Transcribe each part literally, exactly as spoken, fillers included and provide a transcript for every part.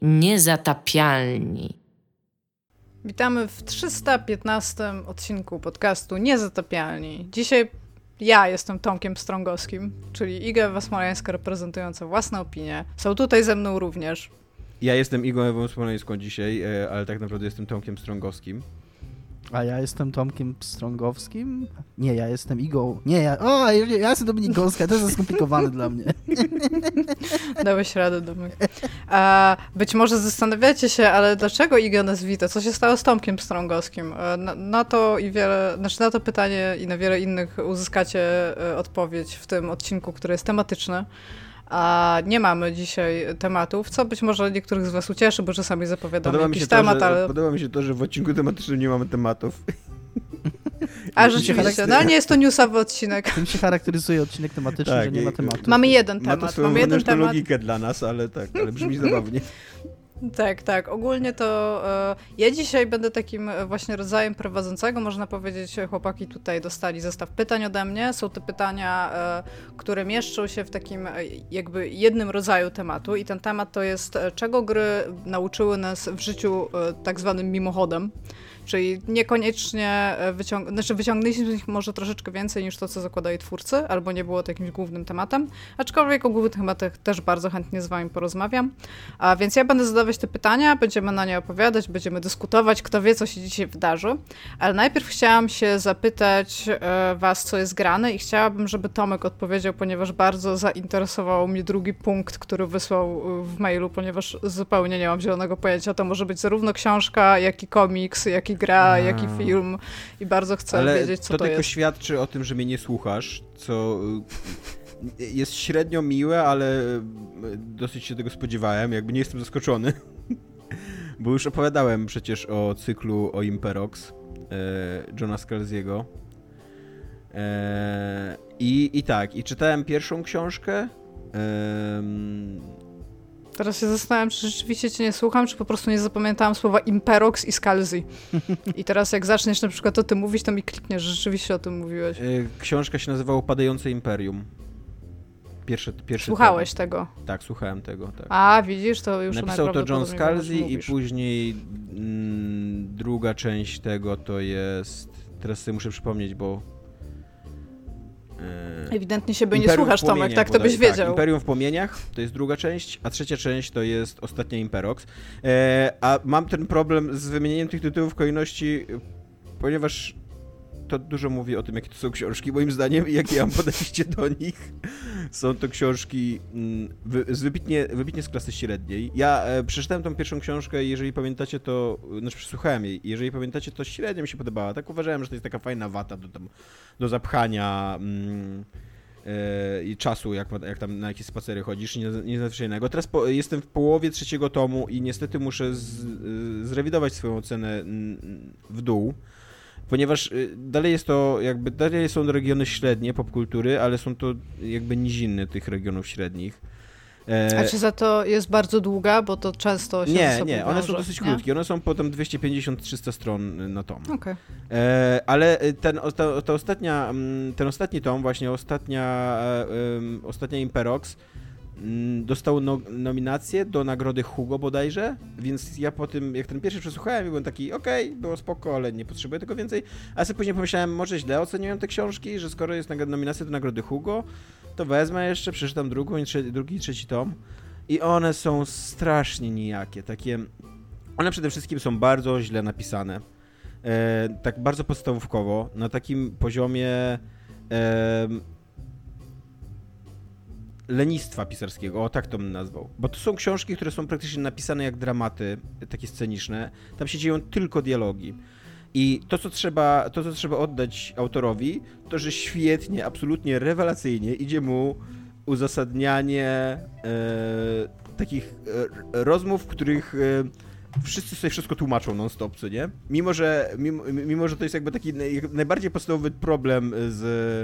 Niezatapialni. Witamy w trzysta piętnastym odcinku podcastu Niezatapialni. Dzisiaj ja jestem Tomkiem Strągowskim, czyli Iga Ewa-Smoleńska reprezentująca własne opinie. Są tutaj ze mną również. Ja jestem Igą Ewą Smoleńską dzisiaj, ale tak naprawdę jestem Tomkiem Strągowskim. A ja jestem Tomkiem Strągowskim? Nie, ja jestem Igą. Nie, ja, o, ja jestem Dominik Gąska, to jest skomplikowane dla mnie. Dałeś radę, Dominik. A być może zastanawiacie się, ale dlaczego Iga nas wita? Co się stało z Tomkiem Strągowskim? Na, na to i wiele, znaczy na to pytanie i na wiele innych uzyskacie odpowiedź w tym odcinku, który jest tematyczny. A nie mamy dzisiaj tematów, co być może niektórych z was ucieszy, bo czasami zapowiadamy podoba jakiś mi się temat, to, że, ale... Podoba mi się to, że w odcinku tematycznym nie mamy tematów. A rzeczywiście, no ale nie jest to newsowy odcinek. Tym się charakteryzuje odcinek tematyczny, tak, że nie ma tematu. Mamy jeden ma temat. to Mamy jeden temat. logikę dla nas, ale tak, ale brzmi zabawnie. Tak, tak. Ogólnie to e, ja dzisiaj będę takim właśnie rodzajem prowadzącego. Można powiedzieć, chłopaki tutaj dostali zestaw pytań ode mnie. Są to pytania, e, które mieszczą się w takim e, jakby jednym rodzaju tematu i ten temat to jest, e, czego gry nauczyły nas w życiu e, tak zwanym mimochodem. Czyli niekoniecznie wyciąg- znaczy wyciągnęliśmy z nich może troszeczkę więcej niż to, co zakładali twórcy, albo nie było to jakimś głównym tematem, aczkolwiek o głównych tematach też bardzo chętnie z wami porozmawiam. A więc ja będę zadawać te pytania, będziemy na nie opowiadać, będziemy dyskutować, kto wie, co się dzisiaj wydarzy. Ale najpierw chciałam się zapytać e, was, co jest grane i chciałabym, żeby Tomek odpowiedział, ponieważ bardzo zainteresował mnie drugi punkt, który wysłał w mailu, ponieważ zupełnie nie mam zielonego pojęcia. To może być zarówno książka, jak i komiks, jak i gra, A. jak i film i bardzo chcę Ale wiedzieć, co to, to jest. tylko świadczy o tym, że mnie nie słuchasz, co jest średnio miłe, ale dosyć się tego spodziewałem, jakby nie jestem zaskoczony, bo już opowiadałem przecież o cyklu o Imperox e, Johna Scalziego e, i, i tak, i czytałem pierwszą książkę. E, Teraz się zastanawiam, czy rzeczywiście cię nie słucham, czy po prostu nie zapamiętałam słowa Imperox i Scalzi. I teraz jak zaczniesz na przykład o tym mówić, to mi klikniesz, że rzeczywiście o tym mówiłeś. Książka się nazywała Upadające Imperium. Pierwszy, pierwszy Słuchałeś temat. tego? Tak, słuchałem tego. Tak. A, widzisz, to już napisał to John Scalzi i później mm, druga część tego to jest... Teraz sobie muszę przypomnieć, bo... Ewidentnie się by nie Imperium słuchasz, Tomek, tak to byś bodaj, wiedział. Tak, Imperium w Płomieniach to jest druga część, a trzecia część to jest ostatnia Imperox. E, a mam ten problem z wymienieniem tych tytułów w kolejności, ponieważ to dużo mówi o tym, jakie to są książki, moim zdaniem, i jakie ja mam podejście do nich. Są to książki mm, wy, z wybitnie, wybitnie z klasy średniej. Ja e, przeczytałem tą pierwszą książkę i jeżeli pamiętacie to, znaczy przesłuchałem jej, jeżeli pamiętacie, to średnio mi się podobała. Tak uważałem, że to jest taka fajna wata do, tam, do zapchania mm, e, i czasu, jak, jak tam na jakieś spacery chodzisz, nic nadzwyczajnego. Teraz po, jestem w połowie trzeciego tomu i niestety muszę z, zrewidować swoją ocenę w dół. Ponieważ dalej jest to, jakby, dalej są to regiony średnie popkultury, ale są to jakby niziny tych regionów średnich. E... A czy za to jest bardzo długa, bo to często się Nie, ze sobą nie, one wiąże, są dosyć nie? krótkie, one są potem dwieście pięćdziesiąt do trzystu stron na tom. Okay. E, ale ten, ta, ta ostatnia, ten ostatni tom, właśnie ostatnia, um, ostatnia Imperox, dostał no, nominację do nagrody Hugo bodajże, więc ja po tym, jak ten pierwszy przesłuchałem, byłem taki, okej, okay, było spoko, ale nie potrzebuję tego więcej, a sobie później pomyślałem, może źle oceniają te książki, że skoro jest nominacja do nagrody Hugo, to wezmę jeszcze, przeczytam drugą i trzeci, drugi i trzeci tom i one są strasznie nijakie, takie, one przede wszystkim są bardzo źle napisane, e, tak bardzo podstawówkowo, na takim poziomie e, lenistwa pisarskiego, o tak to bym nazwał. Bo to są książki, które są praktycznie napisane jak dramaty, takie sceniczne. Tam się dzieją tylko dialogi. I to, co trzeba, to, co trzeba oddać autorowi, to, że świetnie, absolutnie rewelacyjnie idzie mu uzasadnianie e, takich e, rozmów, w których e, wszyscy sobie wszystko tłumaczą non-stop, co nie? Mimo, że, mimo, mimo, że to jest jakby taki naj, najbardziej podstawowy problem z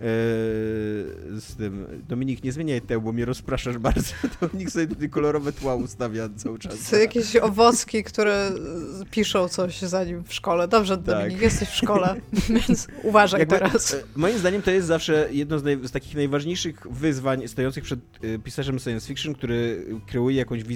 z tym. Dominik, nie zmieniaj tego, bo mnie rozpraszasz bardzo. Dominik sobie tutaj kolorowe tła ustawia cały czas. To jakieś owocki, które piszą coś za nim w szkole. Dobrze, Dominik, tak. Jesteś w szkole, więc uważaj jakby, teraz. Moim zdaniem to jest zawsze jedno z, naj, z takich najważniejszych wyzwań stojących przed pisarzem science fiction, który kreuje jakąś wizję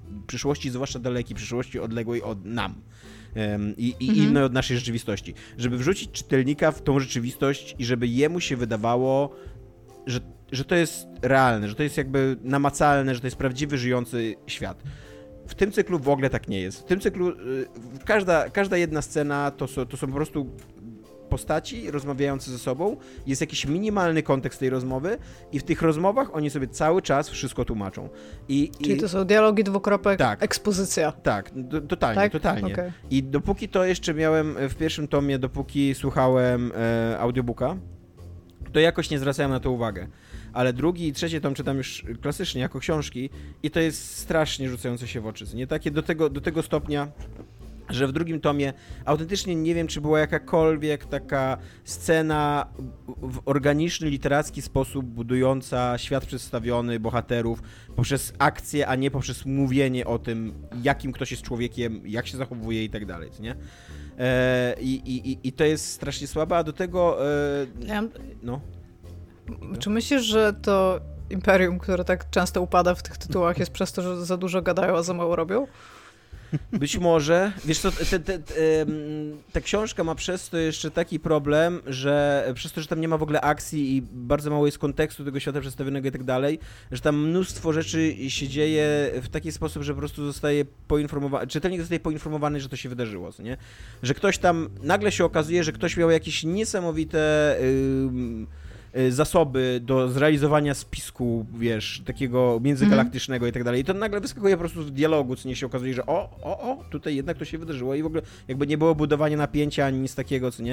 przyszłości, zwłaszcza dalekiej, przyszłości odległej od nam um, i, i mhm. innej od naszej rzeczywistości. Żeby wrzucić czytelnika w tą rzeczywistość i żeby jemu się wydawało, że, że to jest realne, że to jest jakby namacalne, że to jest prawdziwy, żyjący świat. W tym cyklu w ogóle tak nie jest. W tym cyklu y, każda, każda jedna scena to są, to są po prostu postaci rozmawiające ze sobą, jest jakiś minimalny kontekst tej rozmowy i w tych rozmowach oni sobie cały czas wszystko tłumaczą. I, Czyli i... to są dialogi, dwukropek, tak, ekspozycja. Tak, do, totalnie, tak? totalnie. Okay. I dopóki to jeszcze miałem w pierwszym tomie, dopóki słuchałem e, audiobooka, to jakoś nie zwracałem na to uwagę. Ale drugi i trzeci tom czytam już klasycznie, jako książki i to jest strasznie rzucające się w oczy. Nie takie do tego, do tego stopnia, że w drugim tomie autentycznie nie wiem, czy była jakakolwiek taka scena w organiczny, literacki sposób budująca świat przedstawiony, bohaterów poprzez akcję, a nie poprzez mówienie o tym, jakim ktoś jest człowiekiem, jak się zachowuje i tak dalej, nie? E, i, i, I to jest strasznie słabe, a do tego... E, ja... No. Czy myślisz, że to imperium, które tak często upada w tych tytułach, jest przez to, że za dużo gadają, a za mało robią? Być może. Wiesz co, te, te, te, ta książka ma przez to jeszcze taki problem, że przez to, że tam nie ma w ogóle akcji i bardzo mało jest kontekstu tego świata przedstawionego i tak dalej, że tam mnóstwo rzeczy się dzieje w taki sposób, że po prostu zostaje poinformowany, czytelnik zostaje poinformowany, że to się wydarzyło, nie? Że ktoś tam, nagle się okazuje, że ktoś miał jakieś niesamowite... Yy, zasoby do zrealizowania spisku, wiesz, takiego międzygalaktycznego mm. i tak dalej. I to nagle wyskakuje po prostu z dialogu, co nie się okazuje, że o, o, o, tutaj jednak to się wydarzyło i w ogóle jakby nie było budowania napięcia ani nic takiego, co nie.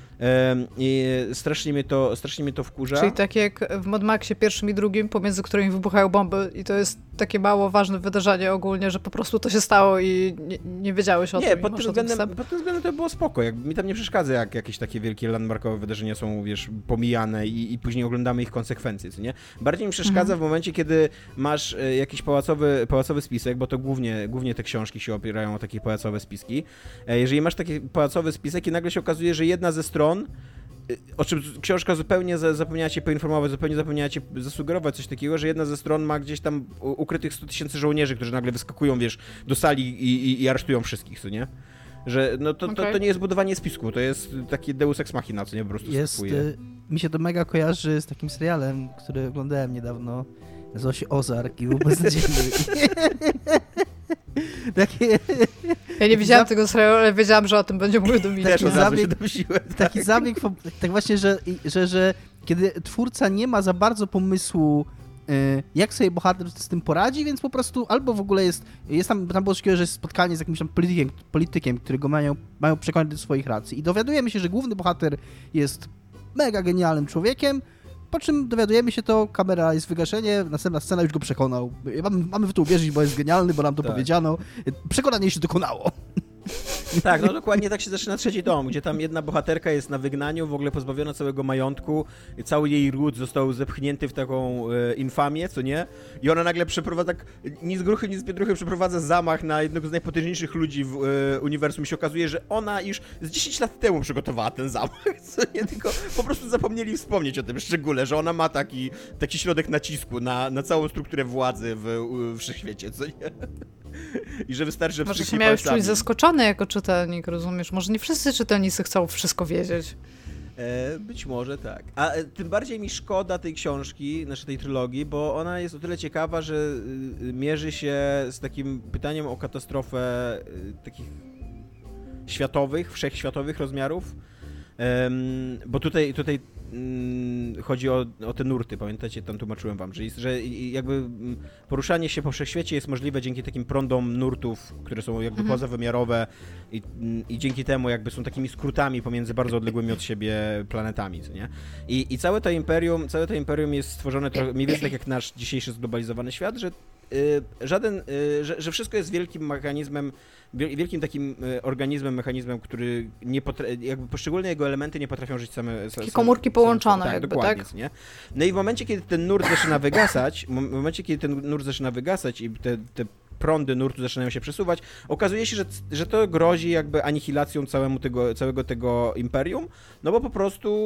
I strasznie mnie to, strasznie mnie to wkurza. Czyli tak jak w Mad Maxie pierwszym i drugim, pomiędzy którymi wybuchają bomby i to jest takie mało ważne wydarzenie ogólnie, że po prostu to się stało i nie, nie wiedziałeś o nie, tym. Nie, pod tym względem, pod tym względem to było spoko. Jak, mi tam nie przeszkadza, jak jakieś takie wielkie landmarkowe wydarzenia są, wiesz, pomijane i, i później oglądamy ich konsekwencje, co nie? Bardziej mi przeszkadza mhm. w momencie, kiedy masz jakiś pałacowy, pałacowy spisek, bo to głównie, głównie te książki się opierają o takie pałacowe spiski. Jeżeli masz taki pałacowy spisek i nagle się okazuje, że jedna ze stron, o czym książka zupełnie zapomniała cię poinformować, zupełnie zapomniała cię zasugerować coś takiego, że jedna ze stron ma gdzieś tam ukrytych sto tysięcy żołnierzy, którzy nagle wyskakują, wiesz, do sali i, i, i aresztują wszystkich, co nie? Że no to, okay. to, to nie jest budowanie spisku, to jest taki deus ex machina, co nie po prostu jest, skakuje. y, mi się to mega kojarzy z takim serialem, który oglądałem niedawno, nazywa się Ozark i był beznadziejny. Takie... Ja nie widziałam tego serialu, ale wiedziałam, że o tym będzie mówił Dominik. Też zabieg, tak. Taki zabieg, tak właśnie, że, że, że kiedy twórca nie ma za bardzo pomysłu, jak sobie bohater z tym poradzi, więc po prostu albo w ogóle jest, jest tam, tam było takiego, że jest spotkanie z jakimś tam politykiem, politykiem którego mają, mają przekonać do swoich racji. I dowiadujemy się, że główny bohater jest mega genialnym człowiekiem, po czym dowiadujemy się to, kamera jest wygaszenie, następna scena już go przekonał. Mamy, mamy w to uwierzyć, bo jest genialny, bo nam to tak. powiedziano. Przekonanie się dokonało. Tak, no dokładnie tak się zaczyna trzeci tom, gdzie tam jedna bohaterka jest na wygnaniu, w ogóle pozbawiona całego majątku, cały jej ród został zepchnięty w taką e, infamię, co nie? I ona nagle przeprowadza, tak, nic gruchy, nic biedruchy, przeprowadza zamach na jednego z najpotężniejszych ludzi w e, uniwersum i się okazuje, że ona już z dziesięć lat temu przygotowała ten zamach, co nie? Tylko po prostu zapomnieli wspomnieć o tym szczególe, że ona ma taki, taki środek nacisku na, na całą strukturę władzy w, w wszechświecie, co nie? I że wystarczy, że może się miałeś czuć zaskoczony jako czytelnik, rozumiesz? Może nie wszyscy czytelnicy chcą wszystko wiedzieć. E, być może tak. A e, tym bardziej mi szkoda tej książki, znaczy tej trylogii, bo ona jest o tyle ciekawa, że y, mierzy się z takim pytaniem o katastrofę y, takich światowych, wszechświatowych rozmiarów. Um, bo tutaj, tutaj um, chodzi o, o te nurty, pamiętacie, tam tłumaczyłem wam, że, jest, że jakby poruszanie się po wszechświecie jest możliwe dzięki takim prądom nurtów, które są jakby mhm. pozawymiarowe i, i dzięki temu jakby są takimi skrótami pomiędzy bardzo odległymi od siebie planetami, co nie? I, i całe to imperium, całe to imperium jest stworzone trochę, mniej więcej tak jak nasz dzisiejszy zglobalizowany świat, że y, żaden, y, że, że wszystko jest wielkim mechanizmem, wielkim takim organizmem, mechanizmem, który nie potra- jakby poszczególne jego elementy nie potrafią żyć same... Takie same komórki połączone tak, jakby, dokładnie, tak? Nie? No i w momencie, kiedy ten nurt zaczyna wygasać, w momencie, kiedy ten nurt zaczyna wygasać i te, te prądy nurtu zaczynają się przesuwać, okazuje się, że, że to grozi jakby anihilacją całemu tego, całego tego imperium, no bo po prostu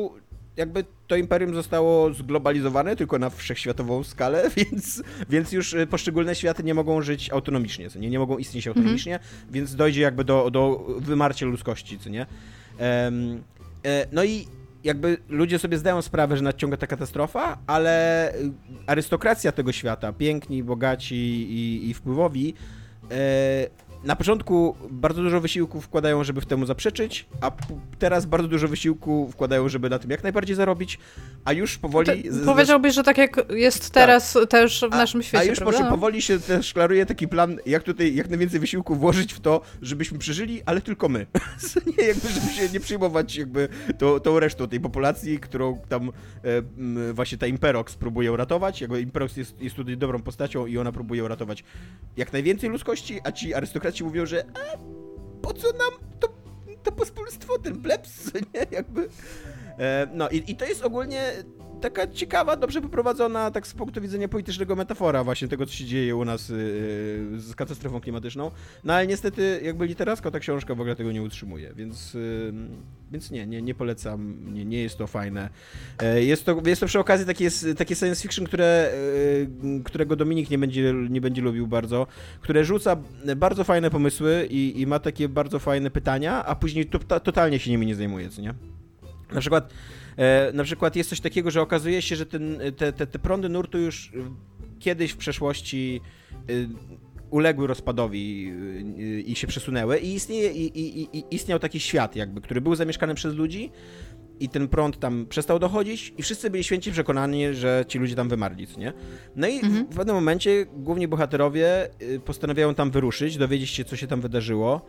jakby to imperium zostało zglobalizowane tylko na wszechświatową skalę, więc, więc już poszczególne światy nie mogą żyć autonomicznie, co nie, nie mogą istnieć autonomicznie, mm-hmm. więc dojdzie jakby do, do wymarcia ludzkości, co nie. Um, e, no i jakby ludzie sobie zdają sprawę, że nadciąga ta katastrofa, ale arystokracja tego świata, piękni, bogaci i, i wpływowi, e, na początku bardzo dużo wysiłku wkładają, żeby w temu zaprzeczyć, a p- teraz bardzo dużo wysiłku wkładają, żeby na tym jak najbardziej zarobić, a już powoli... Z... Powiedziałbyś, że tak jak jest teraz tak. też w naszym świecie, A, a już prawda? może powoli się też klaruje taki plan, jak tutaj jak najwięcej wysiłku włożyć w to, żebyśmy przeżyli, ale tylko my. nie, jakby, żeby się nie przyjmować jakby tą, tą resztą tej populacji, którą tam e, m, właśnie ta Imperox próbuje uratować. Jakby Imperox jest, jest tutaj dobrą postacią i ona próbuje uratować jak najwięcej ludzkości, a ci arystokraci ci mówią, że a po co nam to, to pospólstwo, ten plebs, nie? Jakby. E, no i, i to jest ogólnie taka ciekawa, dobrze poprowadzona, tak z punktu widzenia politycznego metafora właśnie tego, co się dzieje u nas yy, z katastrofą klimatyczną. No ale niestety jakby literacko ta książka w ogóle tego nie utrzymuje, więc, yy, więc nie, nie, nie polecam, nie, nie jest to fajne. Yy, jest, to, jest to przy okazji takie, takie science fiction, które, yy, którego Dominik nie będzie, nie będzie lubił bardzo, które rzuca bardzo fajne pomysły i, i ma takie bardzo fajne pytania, a później to, totalnie się nimi nie zajmuje, co nie? Na przykład E, na przykład jest coś takiego, że okazuje się, że ten, te, te, te prądy nurtu już kiedyś w przeszłości y, uległy rozpadowi y, i się przesunęły i, istnieje, i, i, i istniał taki świat jakby, który był zamieszkany przez ludzi i ten prąd tam przestał dochodzić i wszyscy byli święci przekonani, że ci ludzie tam wymarli, nie? No i mhm. w pewnym momencie główni bohaterowie y, postanawiają tam wyruszyć, dowiedzieć się, co się tam wydarzyło,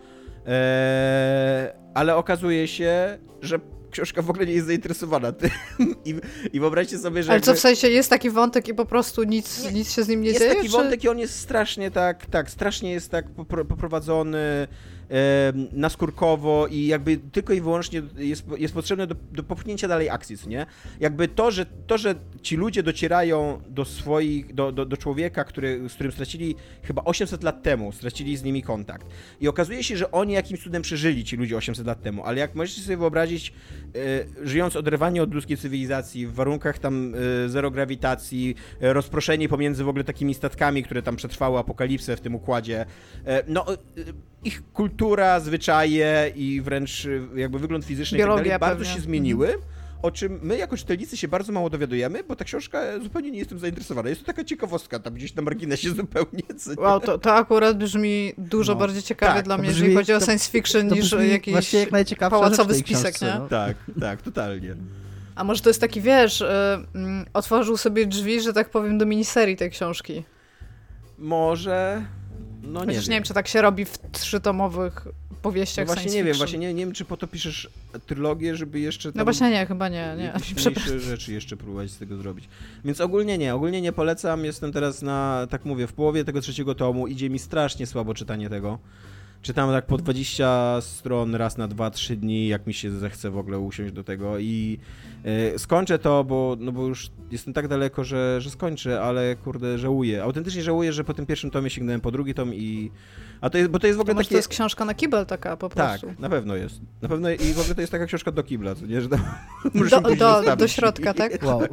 e, ale okazuje się, że książka w ogóle nie jest zainteresowana tym. I, i wyobraźcie sobie, że... Ale jakby... co, w sensie jest taki wątek i po prostu nic, nie, nic się z nim nie jest dzieje? Jest taki czy... wątek i on jest strasznie tak, tak, strasznie jest tak poprowadzony e, naskórkowo i jakby tylko i wyłącznie jest, jest potrzebne do, do popchnięcia dalej akcji, nie? Jakby to, że, to, że ci ludzie docierają do swoich, do, do, do człowieka, który, z którym stracili chyba osiemset lat temu, stracili z nimi kontakt. I okazuje się, że oni jakimś cudem przeżyli, ci ludzie osiemset lat temu, ale jak możecie sobie wyobrazić, e, żyjąc oderwanie od ludzkiej cywilizacji, w warunkach tam e, zero grawitacji, e, rozproszeni pomiędzy w ogóle takimi statkami, które tam przetrwały apokalipsę w tym układzie, e, no e, ich kultura, zwyczaje i wręcz jakby wygląd fizyczny i tak dalej bardzo się zmieniły. Mhm. O czym my jako czytelnicy się bardzo mało dowiadujemy, bo ta książka zupełnie nie jestem zainteresowana. Jest to taka ciekawostka tam gdzieś na marginesie zupełnie. Co wow, to, to akurat brzmi dużo no, bardziej ciekawie tak, dla mnie, brzmi, jeżeli chodzi o science fiction, to, to niż jakiś jak pałacowy spisek, książce, nie? No. Tak, tak, totalnie. A może to jest taki, wiesz, y, y, otworzył sobie drzwi, że tak powiem, do miniserii tej książki. Może... No nie Chociaż wiem. nie wiem, czy tak się robi w trzytomowych powieściach no właśnie science nie fiction. wiem, właśnie nie, nie wiem, czy po to piszesz trylogię, żeby jeszcze tam... No właśnie nie, chyba nie, nie. Mniejsze rzeczy jeszcze próbować z tego zrobić. Więc ogólnie nie, ogólnie nie polecam. Jestem teraz na, tak mówię, w połowie tego trzeciego tomu. Idzie mi strasznie słabo czytanie tego. Czytam tak po dwadzieścia stron raz na dwa trzy dni, jak mi się zechce w ogóle usiąść do tego i yy, skończę to, bo, no bo już jestem tak daleko, że, że skończę, ale kurde, żałuję. Autentycznie żałuję, że po tym pierwszym tomie sięgnąłem po drugi tom i... A to jest, bo to jest w ogóle to takie... to jest książka na kibel taka po prostu. Tak, na pewno jest. Na pewno i w ogóle to jest taka książka do kibla, co nie? Że tam do, do, do środka, tak? Wow.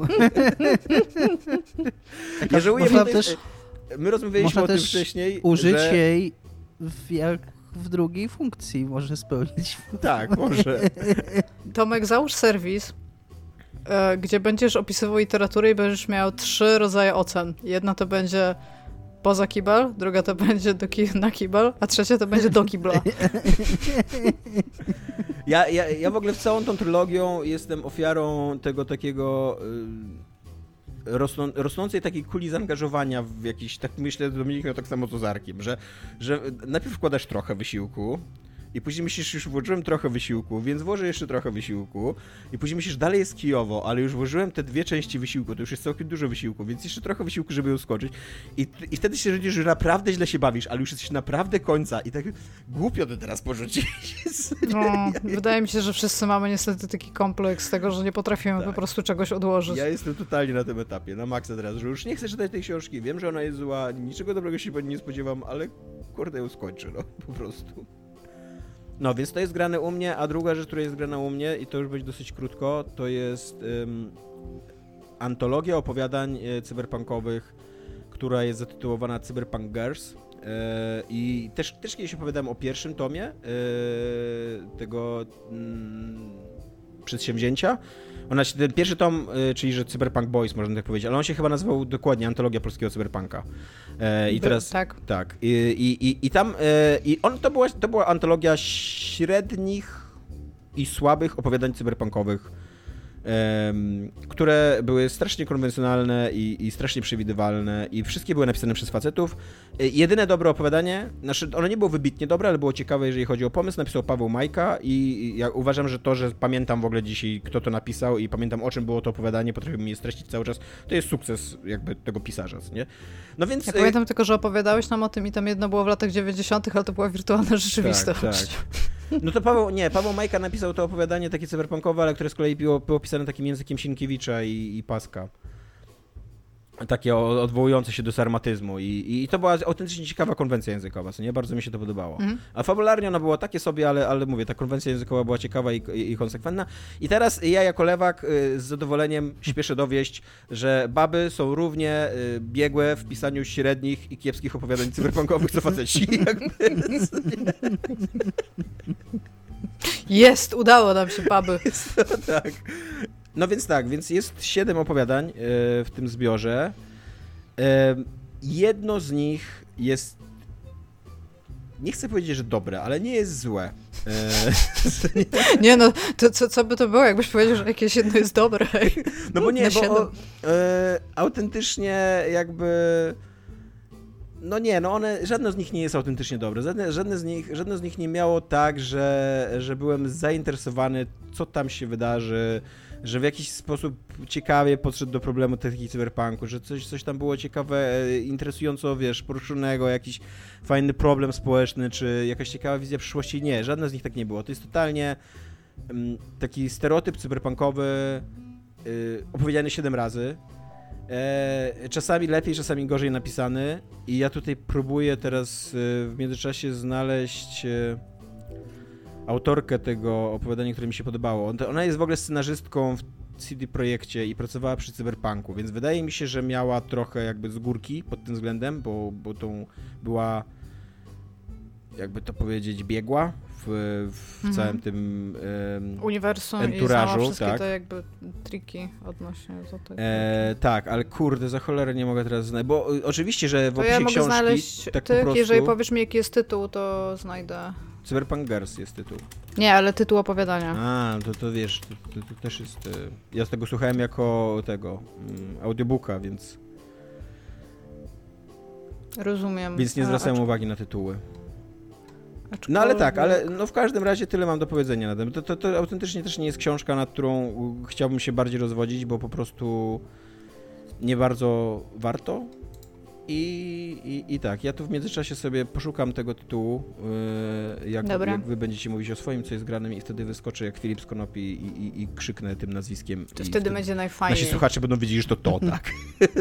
Ja żałuję, Można bo też, my rozmawialiśmy o tym wcześniej, użyć że... jej w, jak w drugiej funkcji może spełnić. Tak, może. Tomek, załóż serwis, e, gdzie będziesz opisywał literaturę i będziesz miał trzy rodzaje ocen. Jedna to będzie poza kibel, druga to będzie do ki- na kibel, a trzecia to będzie do kibla. Ja, ja, ja w ogóle w całą tą trylogią jestem ofiarą tego takiego... Y- Rosną, rosnącej takiej kuli zaangażowania w jakiś, tak myślę, Dominik miał tak samo co z Arkiem, że, że najpierw wkładasz trochę wysiłku i później myślisz, już włożyłem trochę wysiłku, więc włożę jeszcze trochę wysiłku i później myślisz, dalej jest kijowo, ale już włożyłem te dwie części wysiłku, to już jest całkiem dużo wysiłku, więc jeszcze trochę wysiłku, żeby ją skończyć i, i wtedy się rodzisz, że naprawdę źle się bawisz, ale już jesteś naprawdę końca i tak głupio to teraz porzucić. No, wydaje mi się, że wszyscy mamy niestety taki kompleks tego, że nie potrafimy tak. po prostu czegoś odłożyć. Ja jestem totalnie na tym etapie, na maksa teraz, że już nie chcę czytać tej książki, wiem, że ona jest zła, niczego dobrego się po niej nie spodziewam, ale kurde ją skończę, no, po prostu. No, więc to jest grane u mnie, a druga rzecz, która jest grana u mnie, i to już będzie dosyć krótko, to jest um, antologia opowiadań e, cyberpunkowych, która jest zatytułowana Cyberpunk Girls. E, I też, też kiedyś opowiadałem o pierwszym tomie e, tego mm, przedsięwzięcia. Ona się, ten pierwszy tom, e, czyli że Cyberpunk Boys, można tak powiedzieć, ale on się chyba nazywał dokładnie Antologia Polskiego Cyberpunka. E, I teraz... Tak. Tak. I, i, i, i tam... E, I on, to, była, to była antologia średnich i słabych opowiadań cyberpunkowych, Um, które były strasznie konwencjonalne i, i strasznie przewidywalne i wszystkie były napisane przez facetów. Jedyne dobre opowiadanie, znaczy ono nie było wybitnie dobre, ale było ciekawe, jeżeli chodzi o pomysł, napisał Paweł Majka i ja uważam, że to, że pamiętam w ogóle dzisiaj, kto to napisał i pamiętam, o czym było to opowiadanie, potrafię mi je streścić cały czas, to jest sukces jakby tego pisarza, nie? No więc... Ja pamiętam tylko, że opowiadałeś nam o tym i tam jedno było w latach dziewięćdziesiątych, ale to była wirtualna rzeczywistość. Tak, tak. No to Paweł, nie, Paweł Majka napisał to opowiadanie takie cyberpunkowe, ale które z kolei było, było pisane takim językiem Sienkiewicza i, i Paska. Takie odwołujące się do sarmatyzmu i, i to była autentycznie ciekawa konwencja językowa, co nie? Bardzo mi się to podobało. Mm. A fabularnie ona była takie sobie, ale, ale mówię, ta konwencja językowa była ciekawa i, i, i konsekwentna. I teraz ja jako lewak z zadowoleniem śpieszę dowieść, że baby są równie biegłe w pisaniu średnich i kiepskich opowiadań cyberpunkowych, co faceci. Jest, udało nam się, baby. Tak. No więc tak, więc jest siedem opowiadań yy, w tym zbiorze. Yy, jedno z nich jest, nie chcę powiedzieć, że dobre, ale nie jest złe. Yy, nie no, to co, co by to było, jakbyś powiedział, że jakieś jedno jest dobre? No bo nie, bo o, yy, autentycznie jakby... No nie, no one, żadne z nich nie jest autentycznie dobre. Żadne, żadne, z nich, żadne z nich nie miało tak, że, że byłem zainteresowany, co tam się wydarzy, że w jakiś sposób ciekawie podszedł do problemu techniki cyberpunku, że coś, coś tam było ciekawe, interesująco, wiesz, poruszonego, jakiś fajny problem społeczny, czy jakaś ciekawa wizja przyszłości. Nie, żadne z nich tak nie było. To jest totalnie um, taki stereotyp cyberpunkowy, yy, opowiedziany siedem razy. E, czasami lepiej, czasami gorzej napisany i ja tutaj próbuję teraz e, w międzyczasie znaleźć e, autorkę tego opowiadania, które mi się podobało. Ona jest w ogóle scenarzystką w C D Projekcie i pracowała przy Cyberpunku, więc wydaje mi się, że miała trochę jakby z górki pod tym względem, bo, bo tą była, jakby to powiedzieć, biegła w, w mhm. całym tym um, uniwersum enturażu, i znała wszystkie tak. te jakby triki odnośnie do tego. E, tak, ale kurde, za cholerę nie mogę teraz znaleźć, bo oczywiście, że w to opisie ja mogę książki znaleźć tak tych, po prostu... jeżeli powiesz mi, jaki jest tytuł, to znajdę. Cyberpunk Girls jest tytuł. Nie, ale tytuł opowiadania. A, to, to wiesz, to, to, to też jest... Ja z tego słuchałem jako tego, um, audiobooka, więc... Rozumiem. Więc nie zwracałem A, uwagi na tytuły. Aczkolwiek... No ale tak, ale no w każdym razie tyle mam do powiedzenia na tym. To, to, to autentycznie też nie jest książka, nad którą chciałbym się bardziej rozwodzić, bo po prostu nie bardzo warto. I, i, i tak, ja tu w międzyczasie sobie poszukam tego tytułu, yy, jak, jak wy będziecie mówić o swoim, co jest granym i wtedy wyskoczę jak Filip z Konopi i, i, i krzyknę tym nazwiskiem. To wtedy, wtedy będzie najfajniej. Nasi słuchacze będą wiedzieli, że to to, tak.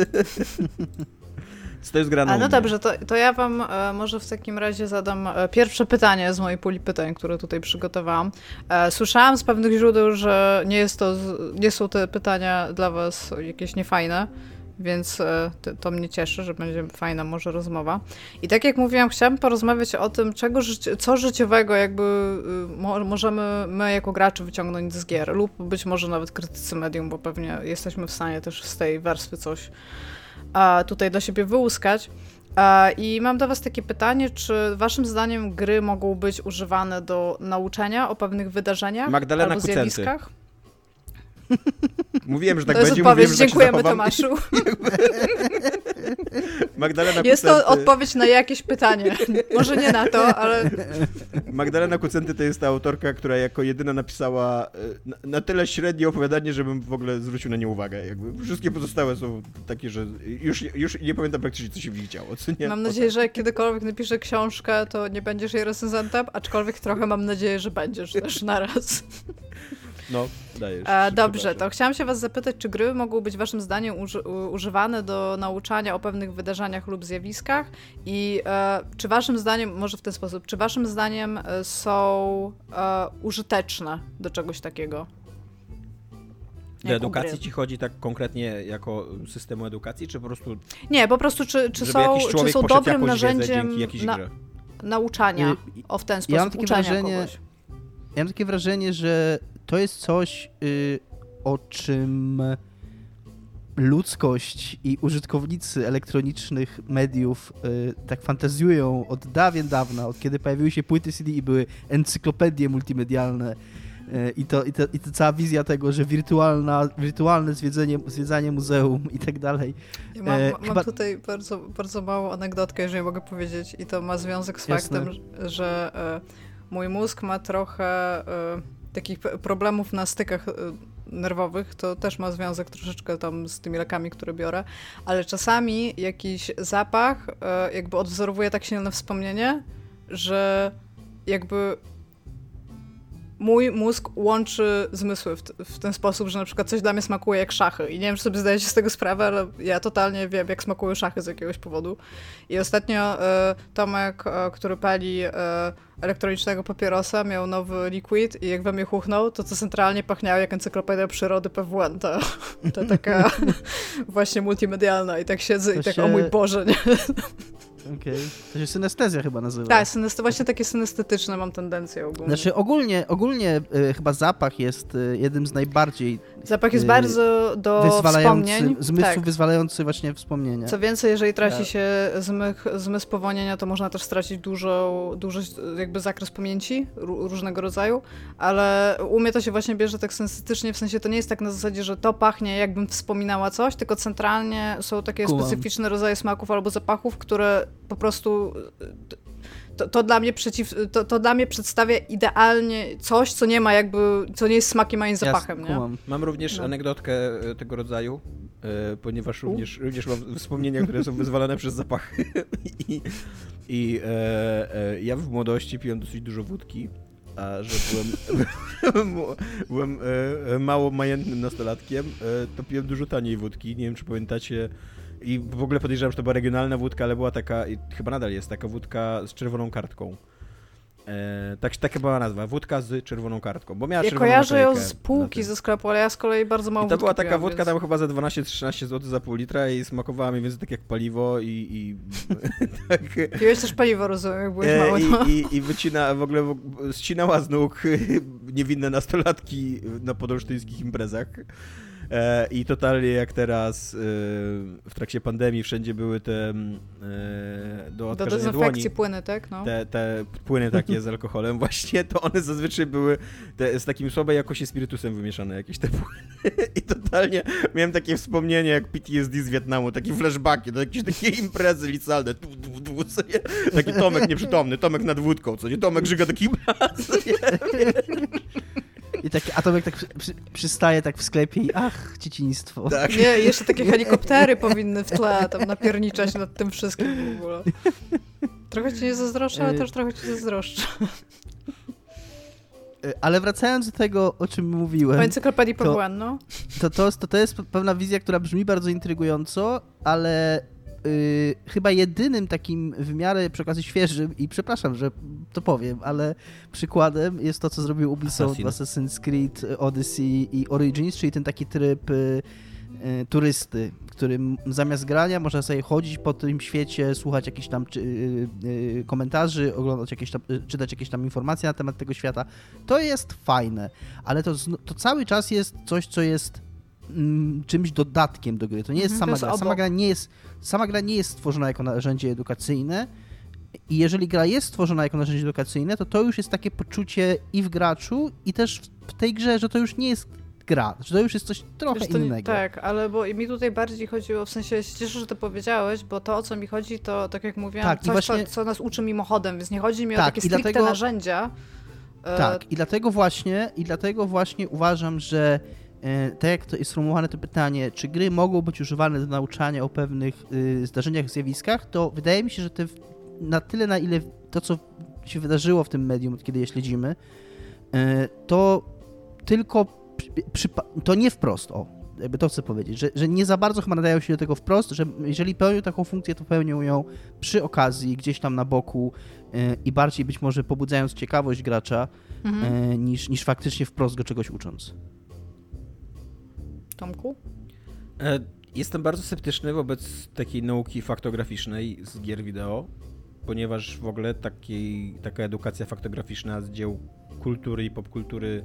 Co to jest grane? A no dobrze, to, to ja wam e, może w takim razie zadam e, pierwsze pytanie z mojej puli pytań, które tutaj przygotowałam. E, słyszałam z pewnych źródeł, że nie, jest to, nie są te pytania dla was jakieś niefajne, więc e, to, to mnie cieszy, że będzie fajna może rozmowa. I tak jak mówiłam, chciałam porozmawiać o tym, czego życi- co życiowego jakby y, mo- możemy my jako gracze wyciągnąć z gier, lub być może nawet krytycy medium, bo pewnie jesteśmy w stanie też z tej warstwy coś a tutaj do siebie wyłuskać. A, I mam do was takie pytanie, czy waszym zdaniem gry mogą być używane do nauczania o pewnych wydarzeniach Magdalena albo Kucenty. zjawiskach? Mówiłem, że tak to będzie. To jest odpowiedź, mówiłem, dziękujemy że tak Tomaszu. Magdalena jest Kucenty. to odpowiedź na jakieś pytanie. Może nie na to, ale... Magdalena Kucenty to jest ta autorka, która jako jedyna napisała na, na tyle średnie opowiadanie, żebym w ogóle zwrócił na nie uwagę. Jakby wszystkie pozostałe są takie, że już, już nie pamiętam praktycznie, co się w nich działo. Co nie? Mam nadzieję, że jak kiedykolwiek napiszę książkę, to nie będziesz jej recenzentem, aczkolwiek trochę mam nadzieję, że będziesz też naraz. No, dajesz. E, dobrze, to chciałam się was zapytać, czy gry mogą być waszym zdaniem uży, używane do nauczania o pewnych wydarzeniach lub zjawiskach i e, czy waszym zdaniem, może w ten sposób, czy waszym zdaniem e, są e, użyteczne do czegoś takiego? Do edukacji ci chodzi tak konkretnie jako systemu edukacji, czy po prostu... Nie, po prostu czy, czy są, czy są dobrym narzędziem na, nauczania o w ten sposób, ja mam takie uczenia wrażenie, kogoś. Ja mam takie wrażenie, że to jest coś, y, o czym ludzkość i użytkownicy elektronicznych mediów y, tak fantazjują od dawien dawna, od kiedy pojawiły się płyty C D i były encyklopedie multimedialne. I to, i, to, I to cała wizja tego, że wirtualna, wirtualne zwiedzenie, zwiedzanie muzeum i tak dalej. Ja mam, e, mam chyba... tutaj bardzo, bardzo małą anegdotkę, jeżeli mogę powiedzieć, i to ma związek z Jasne. faktem, że e, mój mózg ma trochę e, takich problemów na stykach e, nerwowych, to też ma związek troszeczkę tam z tymi lekami, które biorę, ale czasami jakiś zapach e, jakby odwzorowuje tak silne wspomnienie, że jakby mój mózg łączy zmysły w, t- w ten sposób, że na przykład coś dla mnie smakuje jak szachy. I nie wiem, czy sobie zdajecie z tego sprawę, ale ja totalnie wiem, jak smakują szachy z jakiegoś powodu. I ostatnio e, Tomek, e, który pali e, elektronicznego papierosa, miał nowy liquid i jak we mnie chuchnął, to to centralnie pachniało jak encyklopedia przyrody P W N. Ta, ta taka właśnie multimedialna. I tak siedzę to i tak, się... o mój Boże, nie? Okej. Okay. To się synestezja chyba nazywa. Tak, synest- właśnie takie synestetyczne mam tendencję ogólnie. Znaczy ogólnie, ogólnie y, chyba zapach jest y, jednym z najbardziej... Zapach jest y, bardzo do wspomnień. Zmysł tak. wyzwalający właśnie wspomnienia. Co więcej, jeżeli traci tak. się zmych, zmysł powonienia, to można też stracić dużo, dużo jakby zakres pamięci r- różnego rodzaju, ale u mnie to się właśnie bierze tak synestetycznie, w sensie to nie jest tak na zasadzie, że to pachnie jakbym wspominała coś, tylko centralnie są takie Kumam. specyficzne rodzaje smaków albo zapachów, które po prostu to, to, dla mnie przeciw, to, to dla mnie przedstawia idealnie coś, co nie ma jakby, co nie jest smakiem ani zapachem. Jasne, nie? Mam również no. anegdotkę tego rodzaju, e, ponieważ również, również mam wspomnienia, które są wyzwalane przez zapachy. I, i e, e, ja w młodości piłem dosyć dużo wódki, a że byłem, byłem e, mało majętnym nastolatkiem, e, to piłem dużo taniej wódki. Nie wiem, czy pamiętacie. I w ogóle podejrzewam, że to była regionalna wódka, ale była taka, i chyba nadal jest, taka wódka z czerwoną kartką. E, tak, taka była nazwa, wódka z czerwoną kartką, bo miała ja czerwoną kojarzę ją naklejkę z półki ze sklepu, ale ja z kolei bardzo mało I to była taka piłam, wódka więc... tam chyba za dwanaście trzynaście złotych za pół litra i smakowała mi więc tak jak paliwo i... i tak. Piłeś też paliwo, rozumiem, jak byłeś e, mały. No. I, i, I wycina, w ogóle ścinała z nóg niewinne nastolatki na podolsztyńskich imprezach. E, I totalnie jak teraz e, w trakcie pandemii wszędzie były te e, do odkażenia dłoni. Do dezynfekcji płyny, tak? No. Te, te płyny takie z alkoholem właśnie, to one zazwyczaj były te, z takim słabej jakości spirytusem wymieszane jakieś te płyny. I totalnie miałem takie wspomnienie jak P T S D z Wietnamu, takie flashbacki do jakieś takie imprezy licealne. Tu, tu, tu, co nie? Taki Tomek nieprzytomny, Tomek nad wódką, co nie? Tomek żyga taki bas, I taki atomek tak przy, przy, przystaje tak w sklepie i ach, dzieciństwo. Tak. Nie, jeszcze takie helikoptery powinny w tle tam napierniczać nad tym wszystkim w ogóle. Trochę ci nie zazdroszczę, ale też trochę ci zazdroszczę. Ale wracając do tego, o czym mówiłem... O encyklopedii P W N, no. To, to, to, to jest pewna wizja, która brzmi bardzo intrygująco, ale yy, chyba jedynym takim w miarę przy okazji świeżym, i przepraszam, że to powiem, ale przykładem jest to, co zrobił Ubisoft w Assassin's Creed Odyssey i Origins, czyli ten taki tryb yy, yy, turysty, w którym zamiast grania można sobie chodzić po tym świecie, słuchać jakichś tam czy, yy, yy, komentarzy, oglądać jakieś tam, yy, czytać jakieś tam informacje na temat tego świata. To jest fajne, ale to, to cały czas jest coś, co jest mm, czymś dodatkiem do gry. To nie jest mhm, sama to jest gra. Sama gra, nie jest, sama gra nie jest stworzona jako narzędzie edukacyjne i jeżeli gra jest stworzona jako narzędzie edukacyjne, to to już jest takie poczucie i w graczu, i też w tej grze, że to już nie jest gra, że to już jest coś trochę Wiesz, to nie, innego. Tak, ale bo mi tutaj bardziej chodziło, w sensie się cieszę, że to powiedziałeś, bo to, o co mi chodzi, to tak jak mówiłam, tak, coś, właśnie... co, co nas uczy mimochodem, więc nie chodzi mi tak, o takie stricte dlatego... narzędzia. Tak, e... i dlatego właśnie, i dlatego właśnie uważam, że e, tak jak to jest sformułowane to pytanie, czy gry mogą być używane do nauczania o pewnych y, zdarzeniach, zjawiskach, to wydaje mi się, że te, na tyle, na ile to, co się wydarzyło w tym medium, kiedy je śledzimy, y, to tylko przy, przy, to nie wprost, o, jakby to chcę powiedzieć, że, że nie za bardzo chyba nadają się do tego wprost, że jeżeli pełnią taką funkcję, to pełnią ją przy okazji, gdzieś tam na boku yy, i bardziej być może pobudzając ciekawość gracza, mhm. yy, niż, niż faktycznie wprost go czegoś ucząc. Tomku? E, jestem bardzo sceptyczny wobec takiej nauki faktograficznej z gier wideo, ponieważ w ogóle takiej, taka edukacja faktograficzna z dzieł kultury i popkultury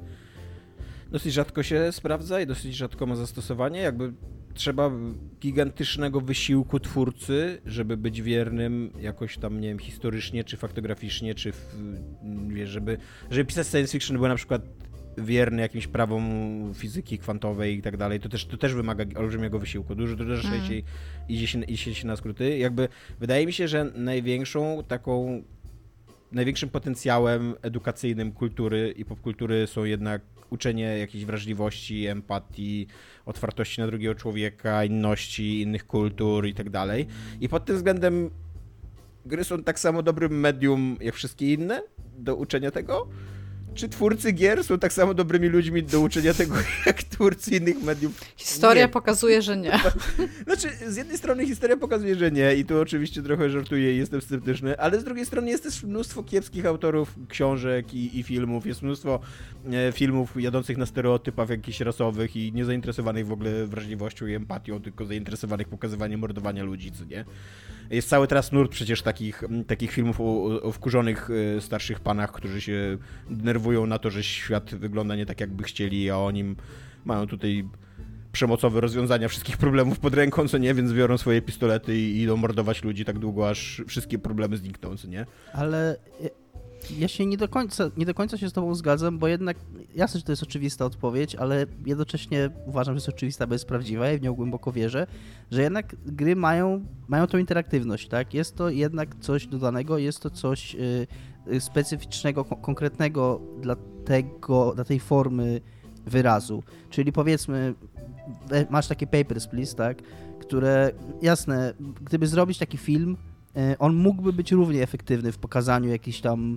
dosyć rzadko się sprawdza i dosyć rzadko ma zastosowanie. Jakby trzeba gigantycznego wysiłku twórcy, żeby być wiernym jakoś tam, nie wiem, historycznie, czy faktograficznie, czy w, wiesz, żeby, żeby pisać science fiction, był na przykład wierny jakimś prawom fizyki kwantowej i tak dalej, to też, to też wymaga olbrzymiego wysiłku. Dużo, dużo mm. szybciej idzie się, idzie się na skróty. Jakby wydaje mi się, że największą taką, największym potencjałem edukacyjnym kultury i popkultury są jednak uczenie jakiejś wrażliwości, empatii, otwartości na drugiego człowieka, inności, innych kultur i tak dalej. I pod tym względem gry są tak samo dobrym medium jak wszystkie inne do uczenia tego. Czy twórcy gier są tak samo dobrymi ludźmi do uczenia tego, jak twórcy innych mediów? Historia nie. pokazuje, że nie. Znaczy, z jednej strony historia pokazuje, że nie i tu oczywiście trochę żartuję i jestem sceptyczny, ale z drugiej strony jest też mnóstwo kiepskich autorów książek i, i filmów, jest mnóstwo e, filmów jadących na stereotypach jakichś rasowych i niezainteresowanych w ogóle wrażliwością i empatią, tylko zainteresowanych pokazywaniem mordowania ludzi, co nie? Jest cały teraz nurt przecież takich, takich filmów o, o wkurzonych e, starszych panach, którzy się denerwują na to, że świat wygląda nie tak, jakby chcieli, a oni mają tutaj przemocowe rozwiązania wszystkich problemów pod ręką, co nie, więc biorą swoje pistolety i idą mordować ludzi tak długo, aż wszystkie problemy znikną, co nie? Ale ja się nie do końca, nie do końca się z tobą zgadzam, bo jednak jasne, że to jest oczywista odpowiedź, ale jednocześnie uważam, że jest oczywista, bo jest prawdziwa i w nią głęboko wierzę, że jednak gry mają, mają tą interaktywność, tak? Jest to jednak coś dodanego, jest to coś yy, specyficznego, ko- konkretnego dla tego, dla tej formy wyrazu. Czyli powiedzmy, masz takie Papers, Please, tak? Które, jasne, gdyby zrobić taki film, on mógłby być równie efektywny w pokazaniu jakiejś tam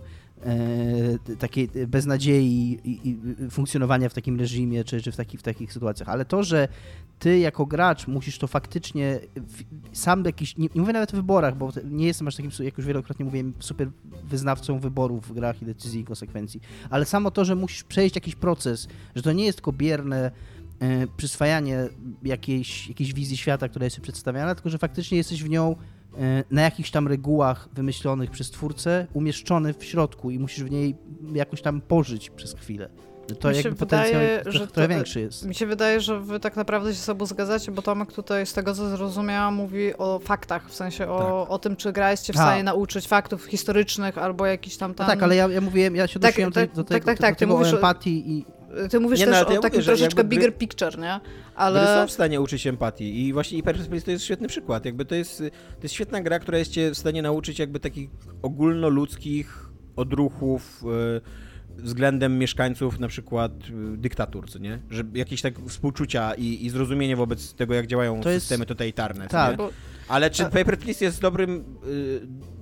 e, takiej beznadziei i, i funkcjonowania w takim reżimie, czy, czy w, taki, w takich sytuacjach. Ale to, że ty jako gracz musisz to faktycznie w, sam jakiś, nie, nie mówię nawet o wyborach, bo nie jestem aż takim, jak już wielokrotnie mówiłem, super wyznawcą wyborów w grach i decyzji i konsekwencji, ale samo to, że musisz przejść jakiś proces, że to nie jest tylko bierne e, przyswajanie jakiejś, jakiejś wizji świata, która jest przedstawiana, tylko że faktycznie jesteś w nią na jakichś tam regułach wymyślonych przez twórcę, umieszczony w środku i musisz w niej jakoś tam pożyć przez chwilę. To jakby potencjał trochę, trochę większy jest. Mi się wydaje, że wy tak naprawdę się z sobą zgadzacie, bo Tomek tutaj z tego, co zrozumiałam, mówi o faktach, w sensie o, tak. o tym, czy gra jest cię w stanie A. nauczyć faktów historycznych albo jakiś tam tam... No tak, ale ja, ja mówiłem, ja się odnosiłem tak, do, do, tak, tego, tak, tak, do tego mówisz, o empatii i... Ty mówisz nie, też no, o ja takim mówię, troszeczkę bigger gry, picture, nie? Ale... Gry są w stanie uczyć empatii i właśnie Papers, Please to jest świetny przykład. Jakby to jest, to jest świetna gra, która jest cię w stanie nauczyć jakby takich ogólnoludzkich odruchów yy, względem mieszkańców na przykład yy, dyktatur, co nie? Że jakieś tak współczucia i, i zrozumienie wobec tego, jak działają to systemy jest... totalitarne, tak, bo... Ale czy Papers, Please jest dobrym... Yy,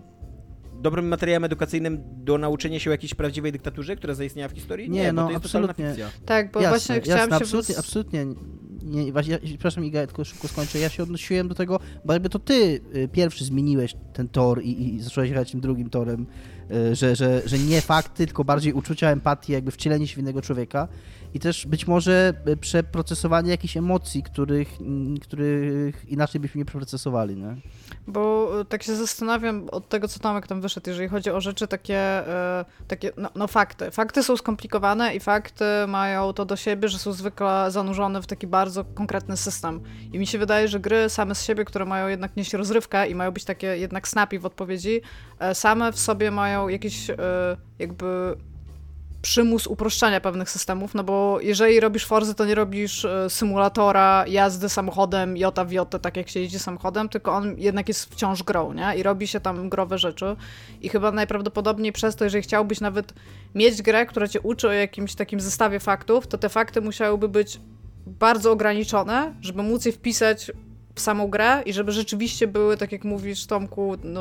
dobrym materiałem edukacyjnym do nauczenia się o jakiejś prawdziwej dyktaturze, która zaistniała w historii? Nie, nie no, bo to jest absolutnie. Totalna fikcja. Tak, bo jasne, właśnie jasne, chciałam się... Absolutnie, absolutnie. Nie, właśnie, ja, przepraszam Iga, ja tylko szybko skończę. Ja się odnosiłem do tego, bo jakby to ty y, pierwszy zmieniłeś ten tor i, i zacząłeś grać tym drugim torem, y, że, że, że nie fakty, tylko bardziej uczucia, empatii, jakby wcielenie się w innego człowieka i też być może przeprocesowanie jakichś emocji, których, których inaczej byśmy nie przeprocesowali, nie? Bo tak się zastanawiam od tego, co Tomek tam wyszedł, jeżeli chodzi o rzeczy takie, takie no, no fakty. Fakty są skomplikowane i fakty mają to do siebie, że są zwykle zanurzone w taki bardzo konkretny system. I mi się wydaje, że gry same z siebie, które mają jednak nieść rozrywkę i mają być takie jednak snappy w odpowiedzi, same w sobie mają jakiś jakby przymus uproszczania pewnych systemów, no bo jeżeli robisz Forzy, to nie robisz symulatora jazdy samochodem jota w jotę, tak jak się jeździ samochodem, tylko on jednak jest wciąż grą, nie? I robi się tam growe rzeczy. I chyba najprawdopodobniej przez to, jeżeli chciałbyś nawet mieć grę, która cię uczy o jakimś takim zestawie faktów, to te fakty musiałyby być bardzo ograniczone, żeby móc je wpisać w samą grę i żeby rzeczywiście były, tak jak mówisz, Tomku, no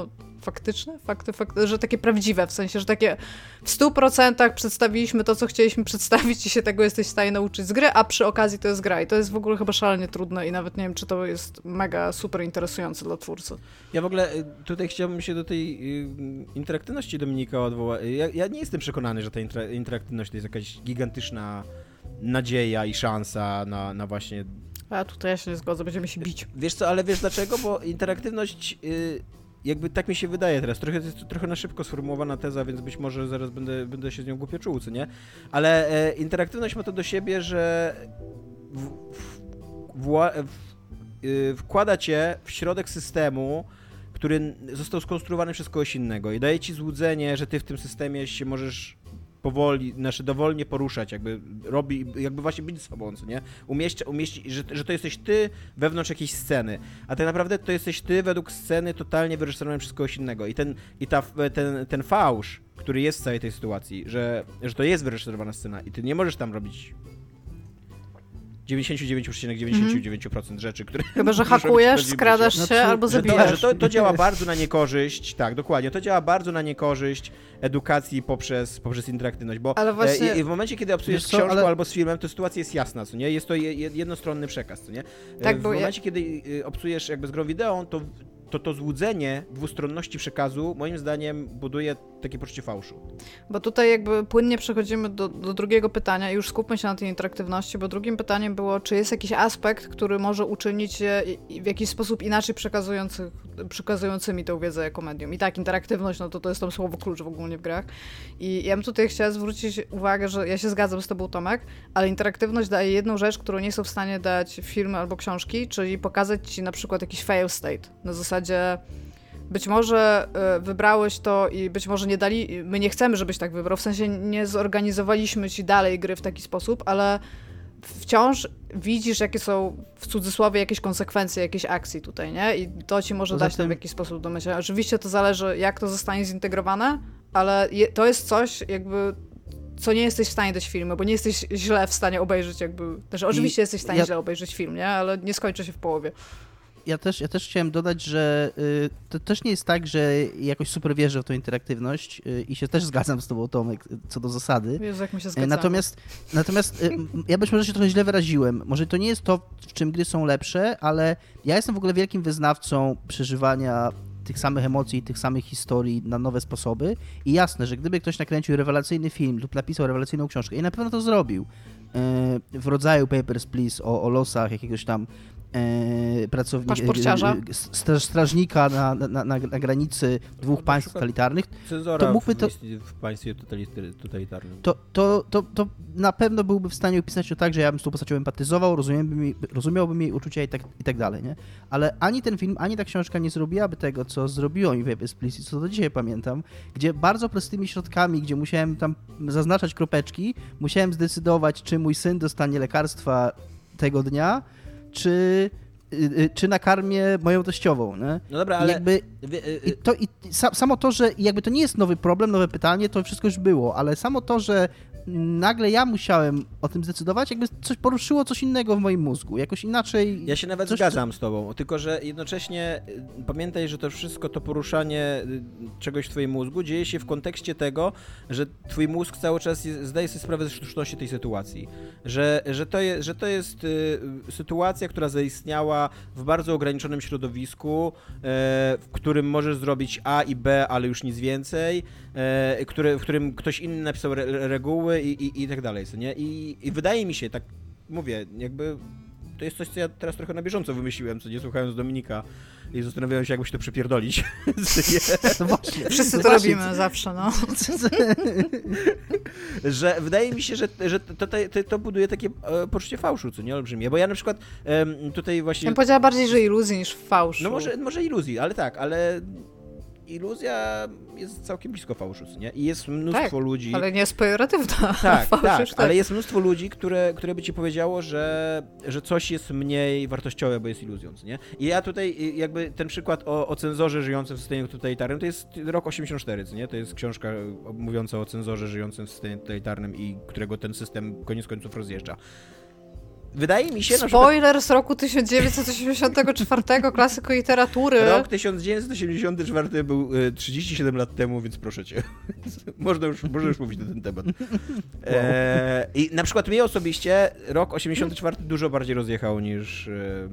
faktyczne, fakty, fakty, że takie prawdziwe, w sensie, że takie w stu procentach przedstawiliśmy to, co chcieliśmy przedstawić i się tego jesteś w stanie nauczyć z gry, a przy okazji to jest gra i to jest w ogóle chyba szalenie trudne i nawet nie wiem, czy to jest mega super interesujące dla twórcy. Ja w ogóle tutaj chciałbym się do tej interaktywności Dominika odwołać. Ja, ja nie jestem przekonany, że ta interaktywność to jest jakaś gigantyczna nadzieja i szansa na, na właśnie... A tutaj ja się nie zgodzę, będziemy się bić. Wiesz co, ale wiesz dlaczego? Bo interaktywność, yy, jakby tak mi się wydaje teraz, trochę, to jest trochę na szybko sformułowana teza, więc być może zaraz będę, będę się z nią głupio czuł, co nie? Ale e, interaktywność ma to do siebie, że w, w, w, w, yy, wkłada cię w środek systemu, który został skonstruowany przez kogoś innego i daje ci złudzenie, że ty w tym systemie się możesz powoli, znaczy dowolnie poruszać, jakby robi, jakby właśnie być sobą, co nie? Umieść, umieść, że, że to jesteś ty wewnątrz jakiejś sceny, a tak naprawdę to jesteś ty według sceny totalnie wyreżyserowany przez kogoś innego i ten, i ta, ten, ten fałsz, który jest w całej tej sytuacji, że, że to jest wyreżyserowana scena i ty nie możesz tam robić dziewięćdziesiąt dziewięć przecinek dziewięćdziesiąt dziewięć procent mm. rzeczy, które... Chyba, że hakujesz, skradasz się, no, albo zabijasz. Że, to, że to, to działa bardzo na niekorzyść, tak, dokładnie, to działa bardzo na niekorzyść edukacji poprzez, poprzez interaktywność, bo ale właśnie... i, i w momencie, kiedy obsujesz z książką ale... albo z filmem, to sytuacja jest jasna, co nie? Jest to je, jednostronny przekaz, co nie? Tak, w bo momencie, ja... kiedy obsujesz jakby z grą wideo, to to to złudzenie dwustronności przekazu moim zdaniem buduje takie poczucie fałszu. Bo tutaj jakby płynnie przechodzimy do, do drugiego pytania i już skupmy się na tej interaktywności, bo drugim pytaniem było, czy jest jakiś aspekt, który może uczynić je w jakiś sposób inaczej przekazujący, przekazującymi tą wiedzę jako medium. I tak, interaktywność, no to to jest tam słowo klucz w ogóle w grach. I ja bym tutaj chciała zwrócić uwagę, że ja się zgadzam z tobą, Tomek, ale interaktywność daje jedną rzecz, którą nie są w stanie dać filmy albo książki, czyli pokazać ci na przykład jakiś fail state. Na zasadzie być może y, wybrałeś to i być może nie dali, my nie chcemy, żebyś tak wybrał, w sensie nie zorganizowaliśmy ci dalej gry w taki sposób, ale wciąż widzisz, jakie są w cudzysłowie jakieś konsekwencje, jakieś akcji tutaj, nie? I to ci może Poza dać tym... tam w jakiś sposób do myślenia. Oczywiście to zależy, jak to zostanie zintegrowane, ale je, to jest coś jakby, co nie jesteś w stanie dać filmu, bo nie jesteś źle w stanie obejrzeć jakby, znaczy oczywiście I jesteś w stanie ja... źle obejrzeć film, nie? Ale nie skończy się w połowie. Ja też, ja też chciałem dodać, że y, to też nie jest tak, że jakoś super wierzę w tą interaktywność y, i się też zgadzam z tobą, Tomek, co do zasady. Jezu, jak my się zgadzamy. Natomiast, natomiast y, ja być może się trochę źle wyraziłem. Może to nie jest to, w czym gry są lepsze, ale ja jestem w ogóle wielkim wyznawcą przeżywania tych samych emocji, tych samych historii na nowe sposoby i jasne, że gdyby ktoś nakręcił rewelacyjny film lub napisał rewelacyjną książkę i na pewno to zrobił y, w rodzaju Papers, Please o, o losach jakiegoś tam E, pracownika, e, strażnika na, na, na, na granicy dwóch no, państw totalitarnych, to mógłby to w państwie totalitarnym. To, to, to, to na pewno byłby w stanie opisać to tak, że ja bym z tą postacią empatyzował, rozumiałbym jej, rozumiałbym jej uczucia i tak, i tak dalej, nie? Ale ani ten film, ani ta książka nie zrobiłaby tego, co zrobiło mi Papers, Please, co do dzisiaj pamiętam, gdzie bardzo prostymi środkami, gdzie musiałem tam zaznaczać kropeczki, musiałem zdecydować, czy mój syn dostanie lekarstwa tego dnia, czy, czy nakarmię moją teściową, nie? No dobra, ale... Jakby, i to, i samo to, że jakby to nie jest nowy problem, nowe pytanie, to wszystko już było, ale samo to, że nagle ja musiałem o tym zdecydować, jakby coś poruszyło coś innego w moim mózgu, jakoś inaczej... Ja się nawet coś, zgadzam co... z tobą, tylko że jednocześnie pamiętaj, że to wszystko, to poruszanie czegoś w twoim mózgu dzieje się w kontekście tego, że twój mózg cały czas jest, zdaje sobie sprawę ze sztuczności tej sytuacji, że, że, to, jest, że to jest y, sytuacja, która zaistniała w bardzo ograniczonym środowisku, y, w którym możesz zrobić A i B, ale już nic więcej, y, który, w którym ktoś inny napisał re, reguły, I, i, i tak dalej, co nie? I, I wydaje mi się, tak mówię, jakby to jest coś, co ja teraz trochę na bieżąco wymyśliłem, co nie słuchając Dominika i zastanawiałem się, jakby się to przypierdolić. No właśnie, wszyscy no to właśnie. robimy zawsze, no. Że wydaje mi się, że, że to, to, to buduje takie e, poczucie fałszu, co nie olbrzymie, bo ja na przykład e, tutaj właśnie... Ja bym powiedziała bardziej, że iluzji niż fałszu. No może, może iluzji, ale tak, ale... iluzja jest całkiem blisko fałszu, nie? I jest mnóstwo tak, ludzi... ale nie jest pejoratywna. Tak, tak, tak, ale jest mnóstwo ludzi, które, które by ci powiedziało, że, że coś jest mniej wartościowe, bo jest iluzją, nie? I ja tutaj jakby ten przykład o, o cenzorze żyjącym w systemie totalitarnym, to jest rok osiemdziesiąt cztery, nie? To jest książka mówiąca o cenzorze żyjącym w systemie totalitarnym i którego ten system koniec końców rozjeżdża. wydaje mi się... Spoiler z roku tysiąc dziewięćset osiemdziesiątego czwartego, klasyko literatury. Rok tysiąc dziewięćset osiemdziesiąty czwarty był trzydzieści siedem lat temu, więc proszę cię. można, już, można już mówić na ten temat. E, I na przykład mnie osobiście rok osiemdziesiąty czwarty dużo bardziej rozjechał niż...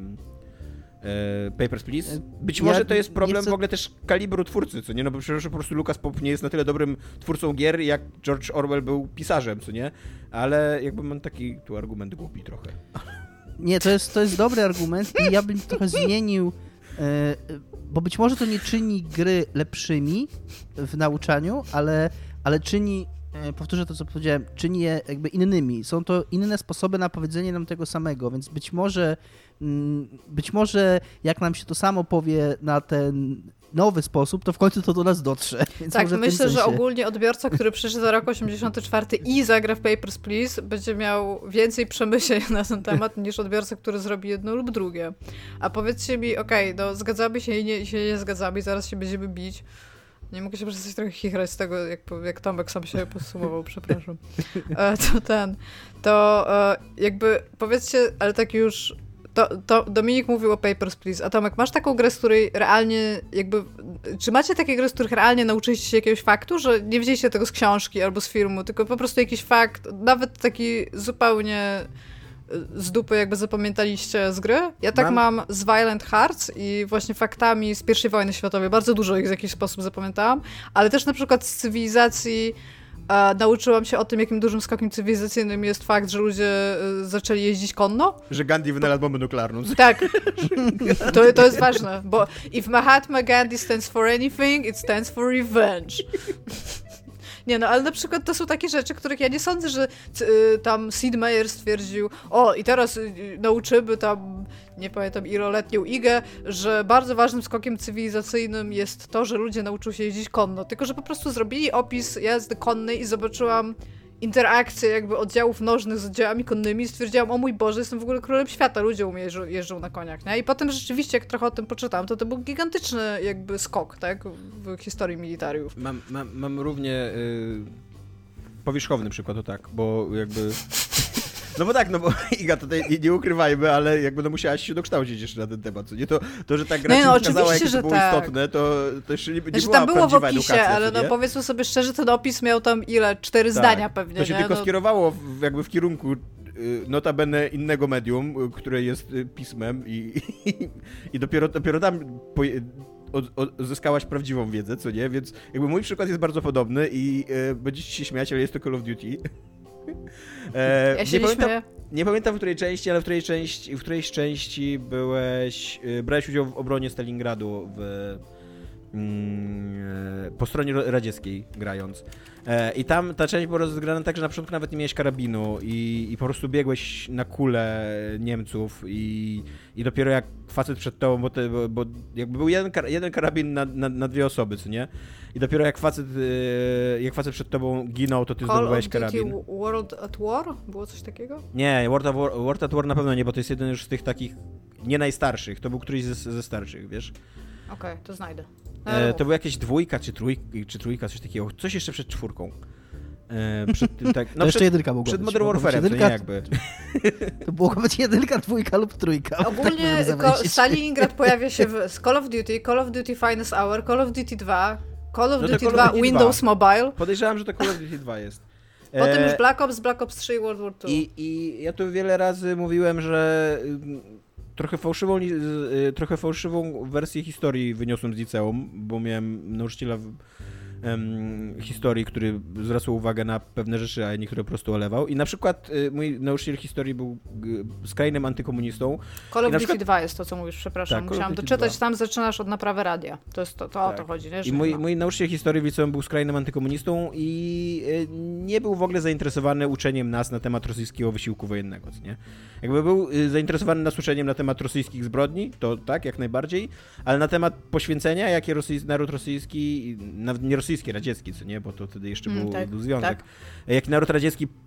Papers, Please. Być ja może to jest problem chcę... w ogóle też kalibru twórcy, co nie? No bo przecież po prostu Lucas Pope nie jest na tyle dobrym twórcą gier, jak George Orwell był pisarzem, co nie? Ale jakby mam taki tu argument głupi trochę. Nie, to jest, to jest dobry argument i ja bym trochę zmienił, e, bo być może to nie czyni gry lepszymi w nauczaniu, ale, ale czyni, e, powtórzę to, co powiedziałem, czyni je jakby innymi. Są to inne sposoby na powiedzenie nam tego samego, więc być może Być może jak nam się to samo powie na ten nowy sposób, to w końcu to do nas dotrze. Więc tak, może myślę, sensie... że ogólnie odbiorca, który przyszedł za rok osiemdziesiąty czwarty i zagra w Papers, Please, będzie miał więcej przemyśleń na ten temat niż odbiorca, który zrobi jedno lub drugie. A powiedzcie mi, okej, okay, no zgadzamy się i nie, się nie zgadzamy i zaraz się będziemy bić. Nie mogę się przestać trochę chichrać z tego, jak, jak Tomek sam się podsumował, przepraszam. E, to ten, to e, jakby powiedzcie, ale tak już To, to Dominik mówił o Papers, Please, a Tomek, masz taką grę, z której realnie jakby... Czy macie takie gry, z których realnie nauczyliście się jakiegoś faktu, że nie wzięliście tego z książki albo z filmu, tylko po prostu jakiś fakt, nawet taki zupełnie z dupy jakby zapamiętaliście z gry? Ja tak mam, mam z Violent Hearts i właśnie faktami z pierwszej wojny światowej. Bardzo dużo ich w jakiś sposób zapamiętałam, ale też na przykład z cywilizacji a nauczyłam się o tym, jakim dużym skokiem cywilizacyjnym jest fakt, że ludzie zaczęli jeździć konno. Że Gandhi wynalazł bombę nuklearną. Tak. To, to jest ważne, bo if Mahatma Gandhi stands for anything, it stands for revenge. Nie no, ale na przykład to są takie rzeczy, których ja nie sądzę, że y, tam Sid Meier stwierdził, o i teraz y, nauczymy tam, nie pamiętam iloletnią Igę, że bardzo ważnym skokiem cywilizacyjnym jest to, że ludzie nauczył się jeździć konno, tylko że po prostu zrobili opis jazdy konnej i zobaczyłam interakcję jakby oddziałów nożnych z oddziałami konnymi i stwierdziłam, o mój Boże, jestem w ogóle królem świata, ludzie umie jeżdżą, jeżdżą na koniach, nie? I potem rzeczywiście, jak trochę o tym poczytałam, to to był gigantyczny jakby skok, tak, w historii militariów. Mam, mam, mam równie y, powierzchowny przykład, to tak, bo jakby... No bo tak, no bo Iga, tutaj nie, nie ukrywajmy, ale jakby no musiałaś się dokształcić jeszcze na ten temat, co nie? To, to że ta gra no, ci no, wskazała, jakie to było tak. istotne, to, to jeszcze nie, nie znaczy, była tam było prawdziwa w opisie, edukacja, ale no powiedzmy sobie szczerze, ten opis miał tam ile? Cztery tak. zdania pewnie, To się nie? tylko no... skierowało w, jakby w kierunku notabene innego medium, które jest pismem i, i, i dopiero, dopiero tam poje, od, od, uzyskałaś prawdziwą wiedzę, co nie? Więc jakby mój przykład jest bardzo podobny i e, będziecie się śmiać, ale jest to Call of Duty. E, ja się nie, nie, pamiętam, śmieję. nie pamiętam w której części, ale w której części, w którejś części byłeś, brałeś udział w obronie Stalingradu w, mm, po stronie radzieckiej grając. E, I tam ta część była rozegrana tak, że na początku nawet nie miałeś karabinu i, i po prostu biegłeś na kulę Niemców i, i dopiero jak facet przed tobą, bo, te, bo, bo jakby był jeden, jeden karabin na, na, na dwie osoby, co nie? I dopiero jak facet, jak facet przed tobą ginął, to ty zdobywałeś karabin. Call of Duty World at War? Było coś takiego? Nie, World at War, World at War na pewno nie, bo to jest jeden już z tych takich nie najstarszych. To był któryś ze, ze starszych, wiesz? Okej, okay, to znajdę. E, to była jakieś dwójka czy trójka, czy trójka, coś takiego. Coś jeszcze przed czwórką. E, przed tym, tak, no to jeszcze przed, jedynka mogła Przed być. Modern Warfare'em, to nie jakby. To mogła być jedynka, dwójka lub trójka. Ogólnie tak Stalingrad pojawia się w Call of Duty, Call of Duty Finest Hour, Call of Duty dwa, Call of no Duty Call dwa of Duty Windows dwa. Mobile. Podejrzewam, że to Call of Duty dwa jest. E, Potem już Black Ops, Black Ops trzy i World War two. I, I ja tu wiele razy mówiłem, że trochę fałszywą, trochę fałszywą wersję historii wyniosłem z liceum, bo miałem nauczyciela w, um, historii, który zwracał uwagę na pewne rzeczy, a niektóre po prostu olewał. I na przykład y, mój nauczyciel historii był y, skrajnym antykomunistą. Call of Duty przykład... dwa jest to, co mówisz, przepraszam. Tak, musiałam doczytać, tam zaczynasz od naprawy radia. To jest to, to tak. O to chodzi, nie? I mój, mój nauczyciel historii w liceum był skrajnym antykomunistą i y, nie był w ogóle zainteresowany uczeniem nas na temat rosyjskiego wysiłku wojennego, nie? Jakby był y, zainteresowany nas uczeniem na temat rosyjskich zbrodni, to tak, jak najbardziej, ale na temat poświęcenia, jakie rosyjski, naród rosyjski, nawet nie rosyjski, radziecki, co nie, bo to wtedy jeszcze był, mm, tak, był związek, tak. Jaki naród radziecki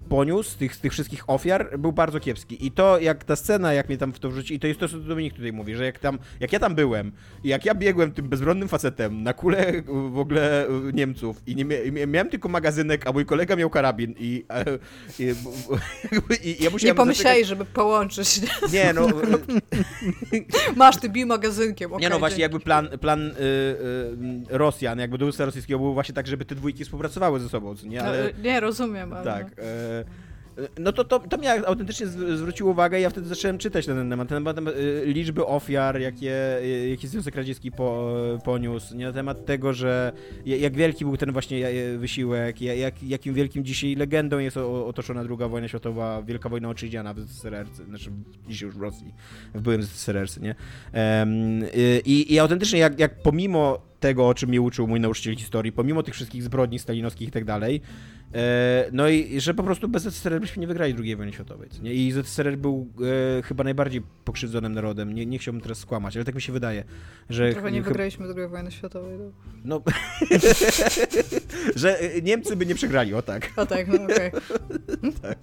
poniósł z tych, z tych wszystkich ofiar, był bardzo kiepski. I to, jak ta scena, jak mnie tam w to wrzuci, i to jest to, co Dominik tutaj mówi, że jak tam, jak ja tam byłem i jak ja biegłem tym bezbronnym facetem na kulę w ogóle Niemców i nie mia- miałem tylko magazynek, a mój kolega miał karabin i, i, i, i ja musiałem... Nie pomyśleli, zaczekać... żeby połączyć. Nie, no... Masz, ty bij magazynkiem, okay, Nie, no właśnie, dzięki. jakby plan, plan y, y, Rosjan, jakby dowództwa rosyjskiego był właśnie tak, żeby te dwójki współpracowały ze sobą, co nie? Ale... No, nie, rozumiem. Ale... Tak. E, no to, to, to mnie autentycznie zwróciło uwagę i ja wtedy zacząłem czytać na ten temat, na temat liczby ofiar, jakie, jakie Związek Radziecki po, poniósł, nie na temat tego, że jak wielki był ten właśnie wysiłek, jak, jakim wielkim dzisiaj legendą jest otoczona druga wojna światowa, Wielka Wojna Otczyźniana w Z S R R, znaczy dzisiaj już w Rosji, w byłym Z S R R, nie? I, i autentycznie jak, jak pomimo tego, o czym mnie uczył mój nauczyciel historii, pomimo tych wszystkich zbrodni stalinowskich i tak dalej, no i że po prostu bez Z S R R byśmy nie wygrali drugiej wojny światowej. Nie? I Z S R R był e, chyba najbardziej pokrzywdzonym narodem. Nie, nie chciałbym teraz skłamać, ale tak mi się wydaje, że... Trochę nie wygraliśmy drugiej wojny światowej. No, no że Niemcy by nie przegrali, o tak. O tak, no okej. Okay. Tak.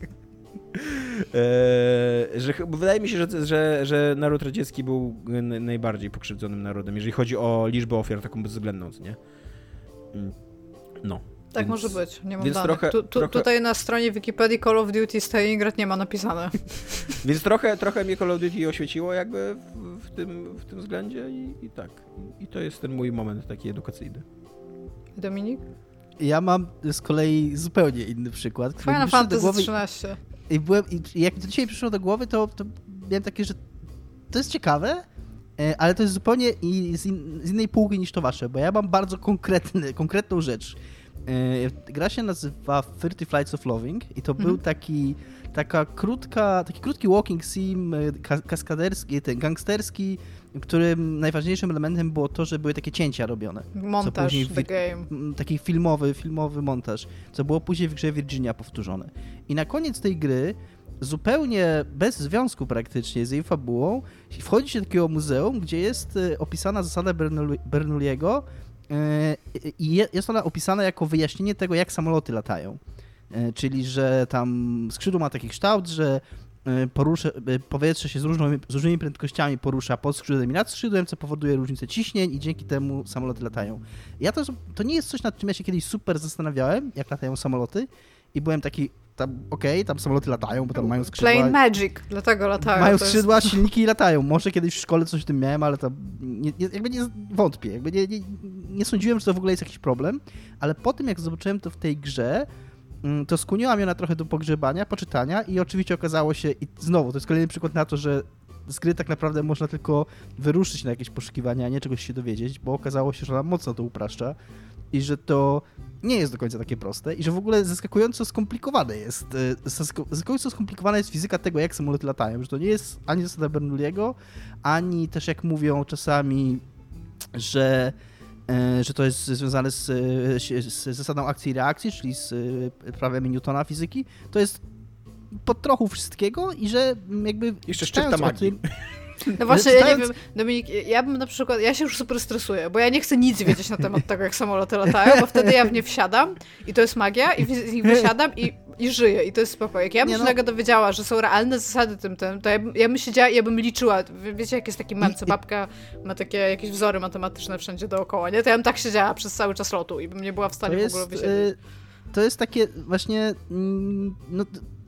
E, że wydaje mi się, że, że, że naród radziecki był najbardziej pokrzywdzonym narodem, jeżeli chodzi o liczbę ofiar, taką bezwzględną, nie? No. Tak więc, może być, nie mam więc danych. trochę, tu, tu, trochę... Tutaj na stronie Wikipedii Call of Duty Stalingrad nie ma napisane. Więc trochę, trochę mnie Call of Duty oświeciło jakby w, w, tym, w tym względzie i, i tak. I to jest ten mój moment taki edukacyjny. Dominik? Ja mam z kolei zupełnie inny przykład. Final Fantasy głowy... trzynaście. I, byłem, I jak to dzisiaj przyszło do głowy, to, to miałem takie, że to jest ciekawe, ale to jest zupełnie z, in, z innej półki niż to wasze, bo ja mam bardzo konkretny, konkretną rzecz. Gra się nazywa thirty Flights of Loving i to mm. był taki, taka krótka, taki krótki walking sim kaskaderski, ten gangsterski, w którym najważniejszym elementem było to, że były takie cięcia robione. Montaż w, the game. Taki filmowy, filmowy montaż, co było później w grze Virginia powtórzone. I na koniec tej gry, zupełnie bez związku praktycznie z jej fabułą, wchodzi się do takiego muzeum, gdzie jest opisana zasada Bernoulliego, i jest ona opisana jako wyjaśnienie tego, jak samoloty latają. Czyli, że tam skrzydło ma taki kształt, że porusza, powietrze się z, różnymi, z różnymi prędkościami porusza pod skrzydłem i nad skrzydłem, co powoduje różnicę ciśnień i dzięki temu samoloty latają. Ja to, to nie jest coś, nad czym ja się kiedyś super zastanawiałem, jak latają samoloty i byłem taki, tam okej, okay, tam samoloty latają, bo tam mają skrzydła. Plain magic, dlatego latają. Mają skrzydła, jest... silniki i latają. Może kiedyś w szkole coś w tym miałem, ale to nie, nie, jakby nie wątpię. Jakby nie, nie, nie sądziłem, że to w ogóle jest jakiś problem, ale po tym, jak zobaczyłem to w tej grze, to skłoniła mnie ona trochę do pogrzebania, poczytania i oczywiście okazało się, i znowu, to jest kolejny przykład na to, że z gry tak naprawdę można tylko wyruszyć na jakieś poszukiwania, a nie czegoś się dowiedzieć, bo okazało się, że ona mocno to upraszcza i że to nie jest do końca takie proste i że w ogóle zaskakująco skomplikowane jest, zaskakująco skomplikowana jest fizyka tego, jak samoloty latają, że to nie jest ani zasada Bernoulliego, ani też jak mówią czasami, że że to jest związane z, z zasadą akcji i reakcji, czyli z prawem Newtona fizyki, to jest po trochu wszystkiego i że jakby... Jeszcze szczypta magii. No właśnie, ja nie wiem, Dominik, ja bym na przykład, ja się już super stresuję, bo ja nie chcę nic wiedzieć na temat tego, jak samoloty latają, bo wtedy ja w nie wsiadam i to jest magia i, w, i wysiadam i, i żyję i to jest spoko. Jak ja bym się nagle no. dowiedziała, że są realne zasady tym, tym to ja, ja bym siedziała i ja bym liczyła, wiecie, jak jest taki mem, co babka ma takie jakieś wzory matematyczne wszędzie dookoła, nie? To ja bym tak siedziała przez cały czas lotu i bym nie była w stanie jest, w ogóle wysiedzieć. To jest takie właśnie, no...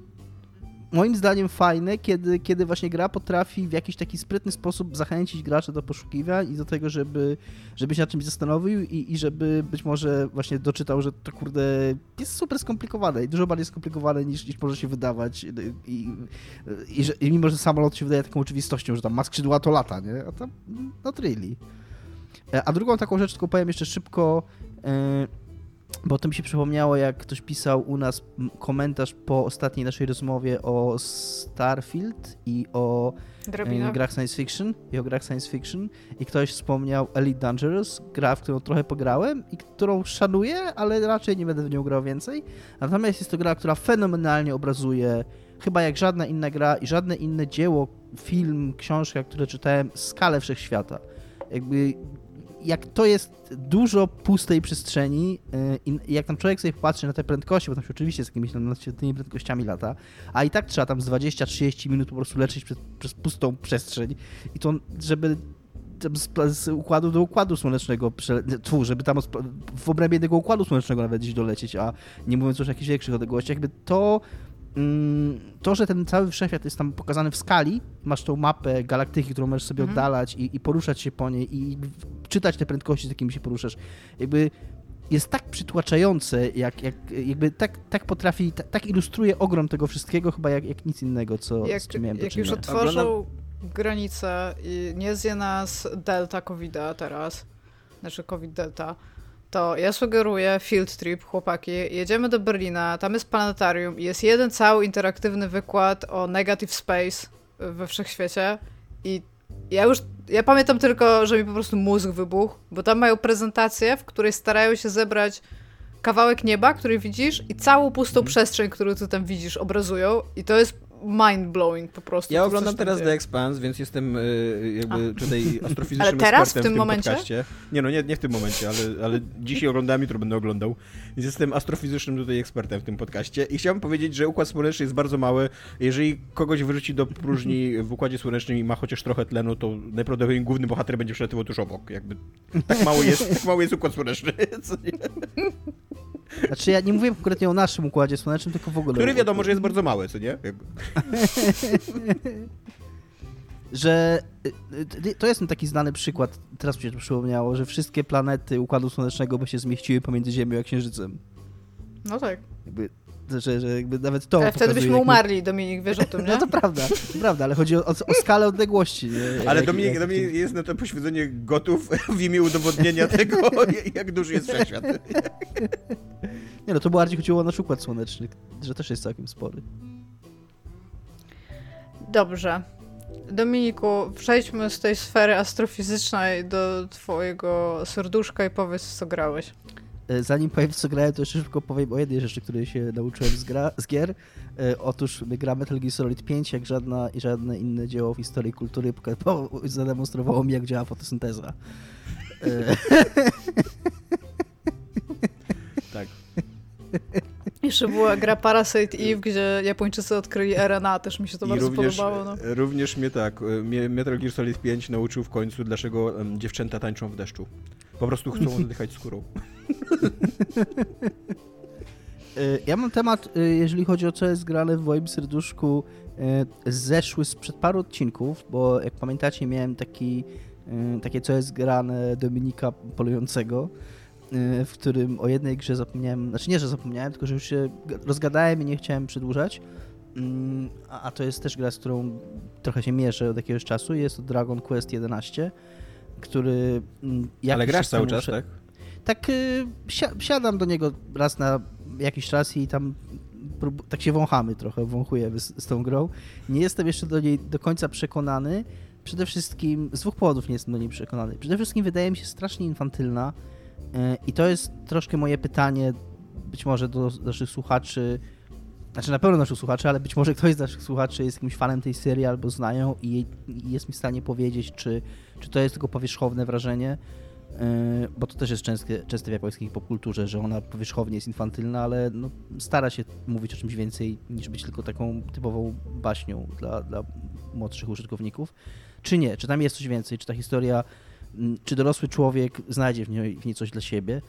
moim zdaniem fajne, kiedy, kiedy właśnie gra potrafi w jakiś taki sprytny sposób zachęcić gracza do poszukiwań i do tego, żeby, żeby się nad czymś zastanowił i, i żeby być może właśnie doczytał, że to kurde jest super skomplikowane i dużo bardziej skomplikowane niż, niż może się wydawać i, i, i, że, i mimo, że samolot się wydaje taką oczywistością, że tam ma skrzydła, to lata, nie? A to not really. A drugą taką rzecz, tylko powiem jeszcze szybko, yy, bo to mi się przypomniało, jak ktoś pisał u nas komentarz po ostatniej naszej rozmowie o Starfield i o Drabina. grach science fiction i o grach science fiction i ktoś wspomniał Elite Dangerous, gra, w którą trochę pograłem i którą szanuję, ale raczej nie będę w nią grał więcej. Natomiast jest to gra, która fenomenalnie obrazuje, chyba jak żadna inna gra i żadne inne dzieło, film, książka, które czytałem, skalę wszechświata. Jakby jak to jest dużo pustej przestrzeni yy, i jak tam człowiek sobie popatrzy na te prędkości, bo tam się oczywiście z jakimiś tam tymi prędkościami lata, a i tak trzeba tam z dwadzieścia trzydzieści minut po prostu lecieć przez, przez pustą przestrzeń i to, żeby z, z układu do układu słonecznego, prze, tfu, żeby tam w obrębie tego układu słonecznego nawet gdzieś dolecieć, a nie mówiąc już o jakichś większych odległościach, jakby to to, że ten cały wszechświat jest tam pokazany w skali, masz tą mapę galaktyki, którą możesz sobie mhm. oddalać i, i poruszać się po niej i czytać te prędkości, z jakimi się poruszasz, jakby jest tak przytłaczające, jak, jak, jakby tak, tak potrafi, tak, tak ilustruje ogrom tego wszystkiego, chyba jak, jak nic innego, co, jak, z czym miałem do Jak czynienia. już otworzą granicę i nie zje nas delta kowida teraz, znaczy COVID delta, to ja sugeruję field trip, chłopaki. Jedziemy do Berlina, tam jest planetarium i jest jeden cały interaktywny wykład o negative space we wszechświecie i ja już, ja pamiętam tylko, że mi po prostu mózg wybuchł, bo tam mają prezentację, w której starają się zebrać kawałek nieba, który widzisz i całą pustą mm. przestrzeń, którą ty tam widzisz, obrazują i to jest mind-blowing po prostu. Ja oglądam teraz The Expanse, więc jestem y, jakby A. tutaj astrofizycznym ale teraz, ekspertem w tym, w tym momencie? podcaście. Nie no, nie, nie w tym momencie, ale, ale dzisiaj oglądam, jutro będę oglądał. Więc jestem astrofizycznym tutaj ekspertem w tym podcaście i chciałbym powiedzieć, że Układ Słoneczny jest bardzo mały. Jeżeli kogoś wyrzuci do próżni w Układzie Słonecznym i ma chociaż trochę tlenu, to najprawdopodobniej główny bohater będzie przelatywał tuż obok. Jakby tak mały jest, tak mały jest Układ Słoneczny. Znaczy ja nie mówię konkretnie o naszym Układzie Słonecznym, tylko w ogóle. Który wiadomo, że jest bardzo mały, co nie? Jakby. Że to jest taki znany przykład, teraz mi się to przypomniało, że wszystkie planety Układu Słonecznego by się zmieściły pomiędzy Ziemią a Księżycem. No tak. Jakby, że, że jakby nawet to ale wtedy byśmy umarli, my... Dominik, wiesz o tym, nie? No to prawda, to prawda, ale chodzi o, o, o skalę odległości. Nie? Ale jak, Dominik, jak... Dominik jest na to poświęcenie gotów w imię udowodnienia tego, jak duży jest wszechświat. Nie no, to bardziej chodziło o nasz Układ Słoneczny, że też jest całkiem spory. Dobrze. Dominiku, przejdźmy z tej sfery astrofizycznej do twojego serduszka i powiedz, co grałeś. Zanim powiem, co grałem, to jeszcze szybko powiem o jednej rzeczy, której się nauczyłem z, gra, z gier. Otóż gra Metal Gear Solid pięć, jak żadna i żadne inne dzieło w historii kultury, zademonstrowało mi, jak działa fotosynteza. Tak. Jeszcze była gra Parasite Eve, gdzie Japończycy odkryli R N A, też mi się to I bardzo również, podobało. No. Również mnie tak. Metal Gear Solid pięć nauczył w końcu, dlaczego um, dziewczęta tańczą w deszczu. Po prostu chcą oddychać skórą. Ja mam temat, jeżeli chodzi o co jest grane w moim serduszku, zeszły sprzed paru odcinków, bo jak pamiętacie, miałem taki, takie co jest grane Dominika Polującego, w którym o jednej grze zapomniałem, znaczy nie, że zapomniałem, tylko że już się rozgadałem i nie chciałem przedłużać, a to jest też gra, z którą trochę się mierzę od jakiegoś czasu, jest to Dragon Quest jedenaście, który... Ale grasz cały czas, tak? Tak, si- siadam do niego raz na jakiś czas i tam prób- tak się wąchamy trochę, wąchujemy z, z tą grą. Nie jestem jeszcze do niej do końca przekonany, przede wszystkim, z dwóch powodów nie jestem do niej przekonany. Przede wszystkim wydaje mi się strasznie infantylna, i to jest troszkę moje pytanie, być może do naszych słuchaczy, znaczy na pewno naszych słuchaczy, ale być może ktoś z naszych słuchaczy jest jakimś fanem tej serii albo znają i jest mi w stanie powiedzieć, czy, czy to jest tylko powierzchowne wrażenie, bo to też jest częste, częste w japońskiej popkulturze, że ona powierzchownie jest infantylna, ale no, stara się mówić o czymś więcej niż być tylko taką typową baśnią dla, dla młodszych użytkowników. Czy nie? Czy tam jest coś więcej? Czy ta historia, czy dorosły człowiek znajdzie w niej, w niej coś dla siebie?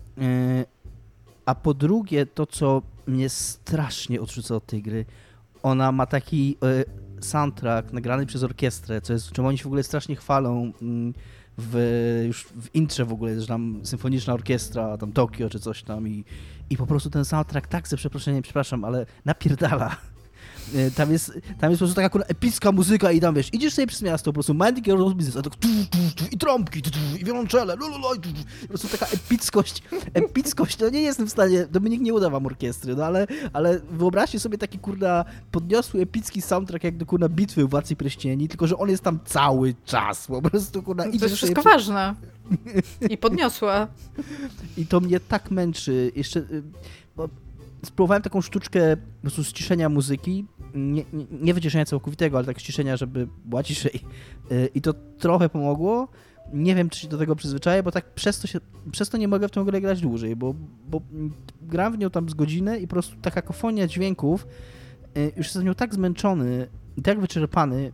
A po drugie, to co mnie strasznie odrzuca od tej gry, ona ma taki soundtrack nagrany przez orkiestrę, co jest, czym oni się w ogóle strasznie chwalą. W, już w intrze w ogóle, że tam symfoniczna orkiestra, tam Tokio czy coś tam i, i po prostu ten soundtrack tak, ze przeproszeniem, przepraszam, ale napierdala. Tam jest, tam jest po prostu taka kurwa epicka muzyka i tam wiesz, idziesz sobie przez miasto, po prostu Minding Your Own Business, a tak tu, tu, tu, i trąbki, tu, tu, i wiolonczele, lululoj, tu, tu. Po prostu taka epickość, epickość, no nie jestem w stanie, Dominik nie uda wam orkiestry, no ale, ale wyobraźcie sobie taki kurna podniosły epicki soundtrack jak do kurna bitwy w Władcy Pierścieni, tylko że on jest tam cały czas, po prostu kurna. To jest wszystko sobie... ważne i podniosłe. I to mnie tak męczy, jeszcze... Bo spróbowałem taką sztuczkę po prostu ściszenia muzyki, nie, nie, nie wyciszenia całkowitego, ale tak ściszenia, żeby była ciszej. I to trochę pomogło, nie wiem, czy się do tego przyzwyczaję, bo tak przez to, się, przez to nie mogę w tę grę grać dłużej, bo, bo gram w nią tam z godzinę i po prostu ta kakofonia dźwięków, już jestem nią tak zmęczony i tak wyczerpany,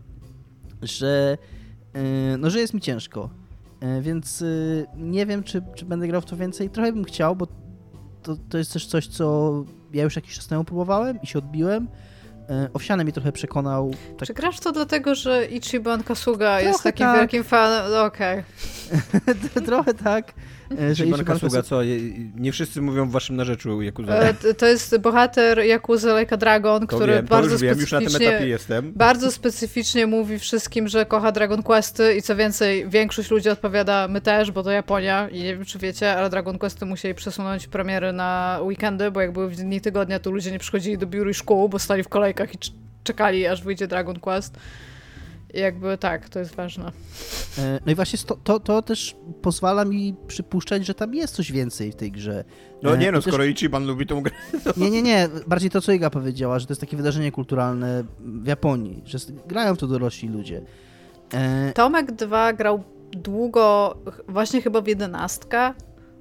że, no, że jest mi ciężko. Więc nie wiem, czy, czy będę grał w to więcej. Trochę bym chciał, bo to, to jest też coś, co ja już jakiś czas temu próbowałem i się odbiłem. Owsiany mi trochę przekonał. Tak... Czy grasz to dlatego, że Ichiban Kasuga trochę jest takim tak. wielkim fanem? Okej. Okay. Trochę tak. Ichiban Kasuga, co? Nie wszyscy mówią w waszym narzeczu Yakuza. To jest bohater Yakuza Like a Dragon, to który wiem, bardzo to już wiem, specyficznie, już na tym etapie jestem. bardzo specyficznie mówi wszystkim, że kocha Dragon Questy i co więcej, większość ludzi odpowiada, my też, bo to Japonia i nie wiem, czy wiecie, ale Dragon Questy musieli przesunąć premiery na weekendy, bo jak były w dni tygodnia, to ludzie nie przychodzili do biur i szkół, bo stali w kolejkach i czekali, aż wyjdzie Dragon Quest. I jakby tak, to jest ważne. No i właśnie to, to, to też pozwala mi przypuszczać, że tam jest coś więcej w tej grze. No nie no, I skoro też... Ichiban lubi tą grę. To... Nie, nie, nie. Bardziej to, co Iga powiedziała, że to jest takie wydarzenie kulturalne w Japonii, że grają w to dorośli ludzie. E... Tomek dwa grał długo, właśnie chyba w jedenastkę.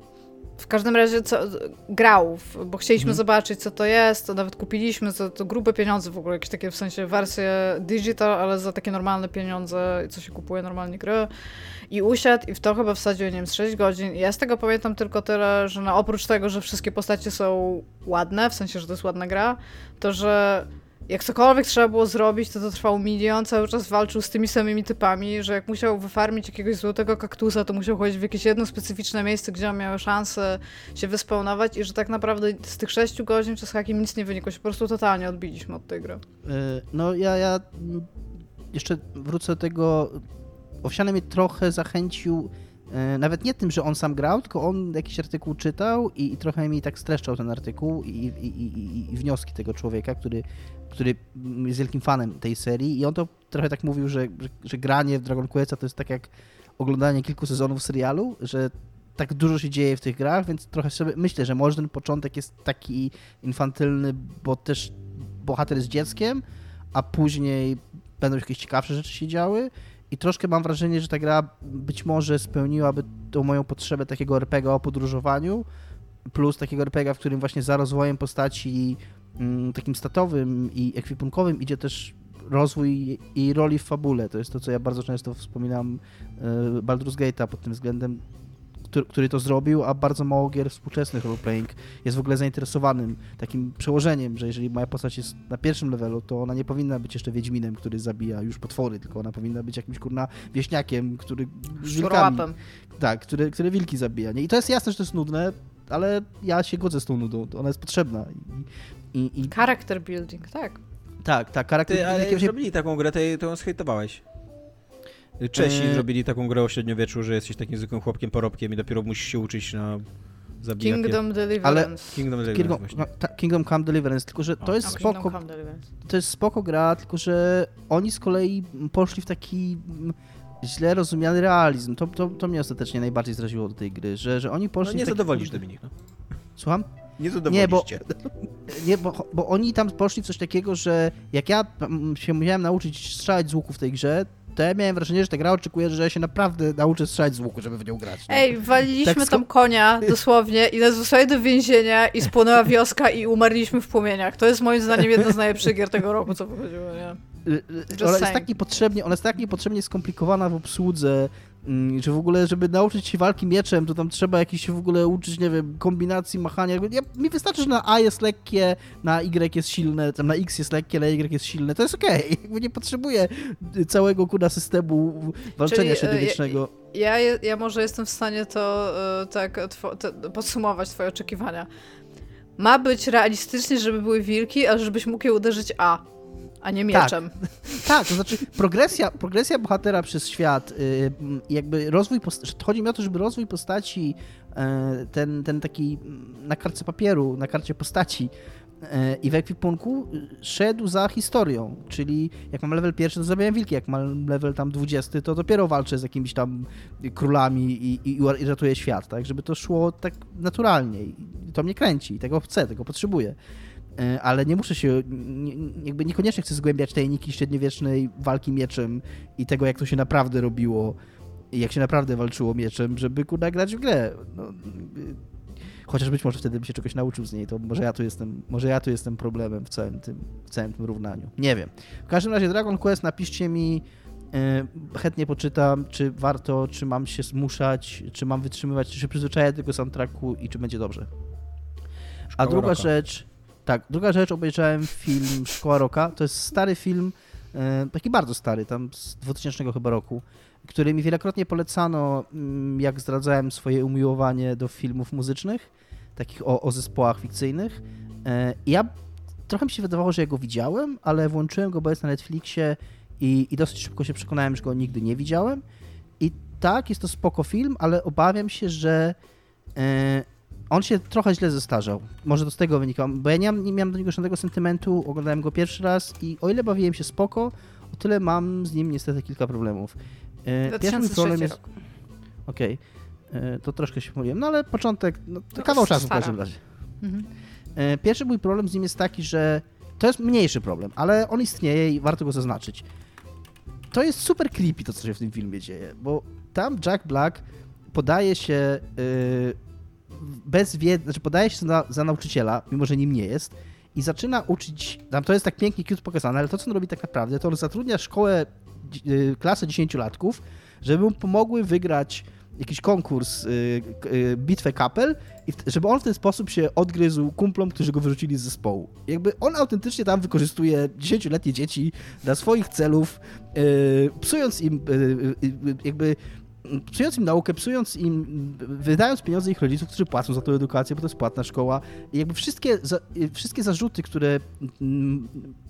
W każdym razie co, grał, bo chcieliśmy mhm. zobaczyć, co to jest, to nawet kupiliśmy, to, to grube pieniądze w ogóle, jakieś takie w sensie wersje digital, ale za takie normalne pieniądze, co się kupuje normalnie gry. I usiadł i w to chyba wsadził, nie wiem, z sześć godzin. I ja z tego pamiętam tylko tyle, że no, oprócz tego, że wszystkie postacie są ładne, w sensie, że to jest ładna gra, to że jak cokolwiek trzeba było zrobić, to to trwało milion, cały czas walczył z tymi samymi typami, że jak musiał wyfarmić jakiegoś złotego kaktusa, to musiał chodzić w jakieś jedno specyficzne miejsce, gdzie on miał szansę się wyspawnować i że tak naprawdę z tych sześciu godzin czy z hakiem nic nie wynikło, się po prostu totalnie odbiliśmy od tej gry. No ja, ja jeszcze wrócę do tego, Owsiany mnie trochę zachęcił, nawet nie tym, że on sam grał, tylko on jakiś artykuł czytał i, i trochę mi tak streszczał ten artykuł i, i, i, i wnioski tego człowieka, który, który jest wielkim fanem tej serii i on to trochę tak mówił, że, że, że granie w Dragon Questa to jest tak jak oglądanie kilku sezonów serialu, że tak dużo się dzieje w tych grach, więc trochę sobie myślę, że może ten początek jest taki infantylny, bo też bohater jest dzieckiem, a później będą jakieś ciekawsze rzeczy się działy. I troszkę mam wrażenie, że ta gra być może spełniłaby tą moją potrzebę takiego er pe gie o podróżowaniu, plus takiego er pe gie, w którym właśnie za rozwojem postaci mm, takim statowym i ekwipunkowym idzie też rozwój jej roli w fabule. To jest to, co ja bardzo często wspominam y, Baldur's Gate'a pod tym względem, który, który to zrobił, a bardzo mało gier współczesnych roleplaying jest w ogóle zainteresowanym takim przełożeniem, że jeżeli moja postać jest na pierwszym levelu, to ona nie powinna być jeszcze Wiedźminem, który zabija już potwory, tylko ona powinna być jakimś kurna wieśniakiem, który wilkami, tak, który, który wilki zabija. Nie? I to jest jasne, że to jest nudne, ale ja się godzę z tą nudą, ona jest potrzebna. I, i, i... Character building, tak. Tak, tak, charakter building. Ty, ale jak się... zrobili taką grę, to ją zhejtowałeś. Czesi eee... zrobili taką grę o średniowieczu, że jesteś takim zwykłym chłopkiem, porobkiem i dopiero musisz się uczyć na zabijanie. Kingdom Deliverance. Ale... Kingdom Deliverance Kingdom, ta, Kingdom Come Deliverance, tylko że to o, jest o, spoko. To jest spoko gra, tylko że oni z kolei poszli w taki źle rozumiany realizm. To, to, to mnie ostatecznie najbardziej zraziło do tej gry, że, że oni poszli... No nie w taki... zadowolisz, Dominik. No. Słucham? Nie zadowolisz nie, bo, cię. Nie, bo, bo oni tam poszli w coś takiego, że jak ja się musiałem nauczyć strzelać z łuku w tej grze, to ja miałem wrażenie, że ta gra oczekuje, że ja się naprawdę nauczę strzelać z łuku, żeby w nią grać. No. Ej, waliliśmy tak tam konia, dosłownie, i nas wysłali do więzienia i spłonęła wioska i umarliśmy w płomieniach. To jest moim zdaniem jedna z najlepszych gier tego roku, co wychodziło, nie? Ona jest, tak niepotrzebnie, ona jest tak niepotrzebnie skomplikowana w obsłudze, że w ogóle, żeby nauczyć się walki mieczem, to tam trzeba jakieś się w ogóle uczyć, nie wiem, kombinacji, machania. Ja, mi wystarczy, że na A jest lekkie, na Y jest silne, tam na X jest lekkie, na Y jest silne. To jest okej. Okay. Jakby nie potrzebuję całego kuda systemu walczenia Czyli, średniowiecznego. Ja, ja, ja może jestem w stanie to tak two, to, podsumować, twoje oczekiwania. Ma być realistycznie, żeby były wilki, ale żebyś mógł je uderzyć A. A nie mieczem. Tak, tak, to znaczy progresja, progresja bohatera przez świat, yy, jakby rozwój postaci, chodzi mi o to, żeby rozwój postaci, yy, ten, ten taki na kartce papieru, na karcie postaci yy, i w ekwipunku szedł za historią, czyli jak mam level pierwszy, to zabijam wilki, jak mam level tam dwudziesty, to dopiero walczę z jakimiś tam królami i, i, i ratuję świat, tak, żeby to szło tak naturalnie i to mnie kręci, tego chcę, tego potrzebuję. Ale nie muszę się, nie, jakby niekoniecznie chcę zgłębiać tajniki średniowiecznej walki mieczem i tego, jak to się naprawdę robiło. jak się naprawdę walczyło mieczem, żeby kurna grać w grę. No, chociaż być może wtedy bym się czegoś nauczył z niej, to może ja tu jestem, może ja tu jestem problemem w całym tym, w całym tym równaniu. Nie wiem. W każdym razie Dragon Quest, napiszcie mi, yy, chętnie poczytam, czy warto, czy mam się zmuszać, czy mam wytrzymywać, czy się przyzwyczaję do tego soundtracku i czy będzie dobrze. A druga Rocka. rzecz, tak, druga rzecz, obejrzałem film Szkoła Rocka, to jest stary film, yy, taki bardzo stary, tam z dwutysięcznego chyba roku, który mi wielokrotnie polecano, jak zdradzałem swoje umiłowanie do filmów muzycznych, takich o, o zespołach fikcyjnych. Ja trochę mi się wydawało, że ja go widziałem, ale włączyłem go, bo jest na Netflixie i, i dosyć szybko się przekonałem, że go nigdy nie widziałem. I tak, jest to spoko film, ale obawiam się, że e, on się trochę źle zestarzał. Może to z tego wynika, bo ja nie, mam, nie miałem do niego żadnego sentymentu, oglądałem go pierwszy raz i o ile bawiłem się spoko, o tyle mam z nim niestety kilka problemów. Pierwszy mój problem jest... Okej, okay. To troszkę się pomyliłem, no ale początek, no, to kawał czasu w każdym razie. Mhm. Pierwszy mój problem z nim jest taki, że to jest mniejszy problem, ale on istnieje i warto go zaznaczyć. To jest super creepy to, co się w tym filmie dzieje, bo tam Jack Black podaje się yy, bez wiedzy, znaczy podaje się za, za nauczyciela, mimo że nim nie jest, i zaczyna uczyć, tam to jest tak pięknie, cute pokazane, ale to, co on robi tak naprawdę, to on zatrudnia szkołę, yy, klasę dziesięciolatków, żeby mu pomogły wygrać jakiś konkurs, yy, yy, bitwę kapel, i w, żeby on w ten sposób się odgryzł kumplom, którzy go wyrzucili z zespołu. Jakby on autentycznie tam wykorzystuje dziesięcioletnie dzieci dla swoich celów, yy, psując im yy, yy, jakby psując im naukę, psując im, wydając pieniądze ich rodziców, którzy płacą za tę edukację, bo to jest płatna szkoła. I jakby wszystkie, za, wszystkie zarzuty, które mm,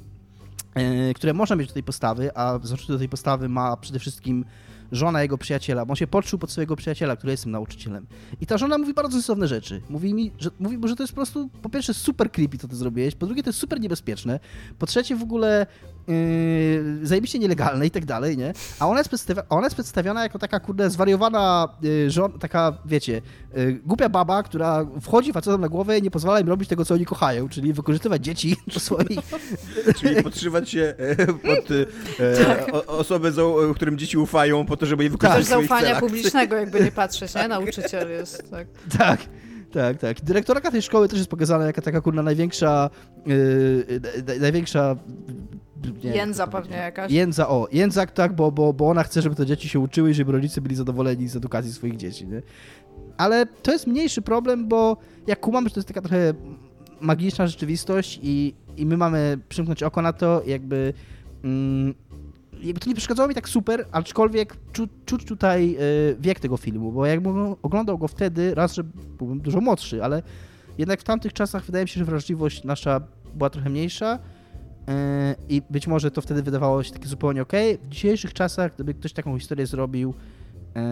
yy, które można mieć do tej postawy, a zarzuty do tej postawy ma przede wszystkim żona jego przyjaciela, bo on się podszył pod swojego przyjaciela, który jest tym nauczycielem. I ta żona mówi bardzo sensowne rzeczy. Mówi mi, że, mówi, że to jest po prostu, po pierwsze, super creepy, to ty zrobiłeś, po drugie, to jest super niebezpieczne, po trzecie, w ogóle yy, zajebiście nielegalne i tak dalej, nie? A ona jest, przedstawia, ona jest przedstawiona jako taka, kurde, zwariowana yy, żona, taka, wiecie, yy, głupia baba, która wchodzi facetom na głowę i nie pozwala im robić tego, co oni kochają, czyli wykorzystywać dzieci do swoich... Czyli podszywać się pod e, tak. o, osoby, którym dzieci ufają, po to, żeby je wykorzystać tak. w swoich zaufania celach. publicznego, jakby nie patrzeć, nie? Nauczyciel jest, tak. Tak, tak, tak. Dyrektorka tej szkoły też jest pokazana jako taka, kurna, największa, yy, największa... Nie, jędza pewnie jakaś. Jędza, o. Jędza, tak, bo, bo, bo ona chce, żeby te dzieci się uczyły i żeby rodzice byli zadowoleni z edukacji swoich dzieci, nie? Ale to jest mniejszy problem, bo jak kumam, że to jest taka trochę magiczna rzeczywistość i, i my mamy przymknąć oko na to, jakby... Mm, jakby to nie przeszkadzało mi tak super, aczkolwiek czu, czuć tutaj y, wiek tego filmu, bo jakbym oglądał go wtedy, raz, że byłem dużo młodszy, ale jednak w tamtych czasach wydaje mi się, że wrażliwość nasza była trochę mniejsza y, i być może to wtedy wydawało się takie zupełnie okej. W dzisiejszych czasach, gdyby ktoś taką historię zrobił, y,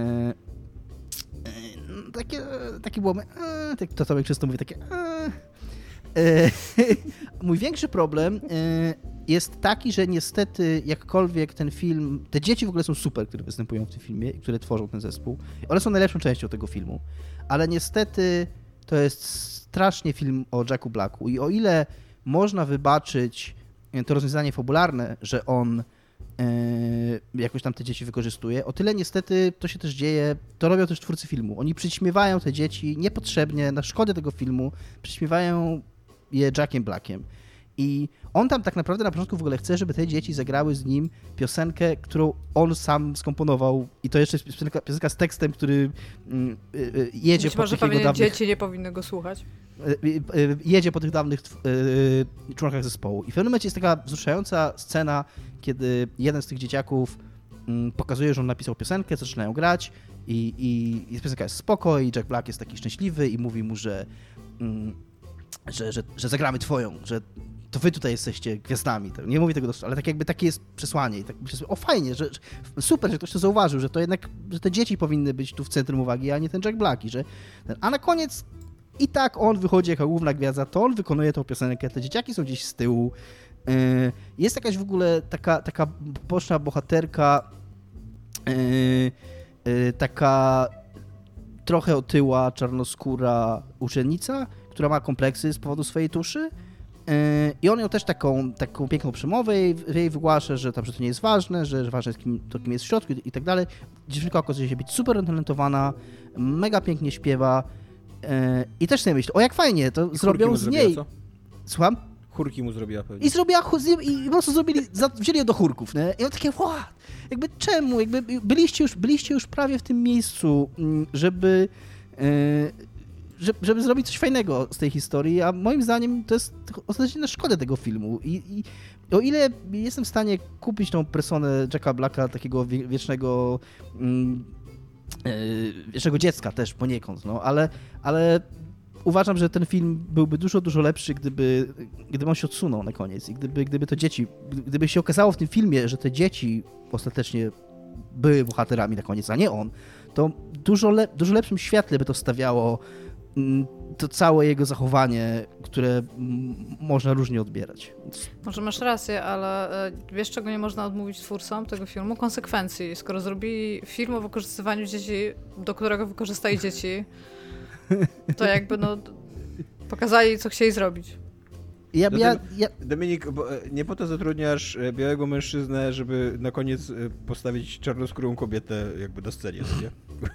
y, takie, takie było, y, tak, to Tomek często mówi takie y, y, mój większy problem y, jest taki, że niestety jakkolwiek ten film, te dzieci w ogóle są super, które występują w tym filmie i które tworzą ten zespół. One są najlepszą częścią tego filmu, ale niestety to jest strasznie film o Jacku Blacku i o ile można wybaczyć to rozwiązanie fabularne, że on yy, jakoś tam te dzieci wykorzystuje, o tyle niestety to się też dzieje, to robią też twórcy filmu. Oni przyćmiewają te dzieci niepotrzebnie, na szkodę tego filmu, przyćmiewają je Jackiem Blackiem. I on tam tak naprawdę na początku w ogóle chce, żeby te dzieci zagrały z nim piosenkę, którą on sam skomponował. I to jeszcze jest piosenka, piosenka z tekstem, który mm, y, y, jedzie Być po może tych jego dawnych... dzieci nie powinny go słuchać. Y, y, jedzie po tych dawnych y, członkach zespołu. I w pewnym momencie jest taka wzruszająca scena, kiedy jeden z tych dzieciaków y, pokazuje, że on napisał piosenkę, zaczynają grać i, i, i piosenka jest spoko i Jack Black jest taki szczęśliwy i mówi mu, że, y, że, że, że zagramy twoją, że to wy tutaj jesteście gwiazdami. Nie mówię tego dosłownie, ale tak jakby takie jest przesłanie. I tak myślę sobie, o fajnie, że, że super, że ktoś to zauważył, że to jednak, że te dzieci powinny być tu w centrum uwagi, a nie ten Jack Black. I że, a na koniec i tak on wychodzi jako główna gwiazda, to on wykonuje tą piosenkę, te dzieciaki są gdzieś z tyłu. Jest jakaś w ogóle taka, taka boczna bohaterka, taka trochę otyła, czarnoskóra uczennica, która ma kompleksy z powodu swojej tuszy. I on miał też taką, taką piękną przemowę i jej wygłasza, że tam, że to nie jest ważne, że, że ważne jest kim, to, kim jest w środku i, i tak dalej. Dziewczynka okazuje się być super talentowana, mega pięknie śpiewa i też sobie myślę, o jak fajnie, to I zrobią z niej... Co? Słucham? Chórki mu zrobiła pewnie. I zrobiła, i po prostu zrobili, wzięli ją do chórków, nie? I on takie, wow, jakby czemu? Jakby byliście już, byliście już prawie w tym miejscu, żeby, żeby, żeby zrobić coś fajnego z tej historii, a moim zdaniem to jest ostatecznie na szkodę tego filmu. I, i o ile jestem w stanie kupić tą personę Jacka Blacka, takiego wiecznego, wiecznego dziecka też poniekąd, no, ale, ale uważam, że ten film byłby dużo, dużo lepszy, gdyby, gdyby on się odsunął na koniec i gdyby, gdyby to dzieci, gdyby się okazało w tym filmie, że te dzieci ostatecznie były bohaterami na koniec, a nie on, to dużo, le, dużo lepszym świetle by to stawiało to całe jego zachowanie, które można różnie odbierać. Może masz rację, ale wiesz, czego nie można odmówić twórcom tego filmu? Konsekwencji. Skoro zrobili film o wykorzystywaniu dzieci, do którego wykorzystali dzieci, to jakby no pokazali, co chcieli zrobić. Ja, ja, ja... Dominik, bo nie po to zatrudniasz białego mężczyznę, żeby na koniec postawić czarnoskórą kobietę jakby do scenie, nie?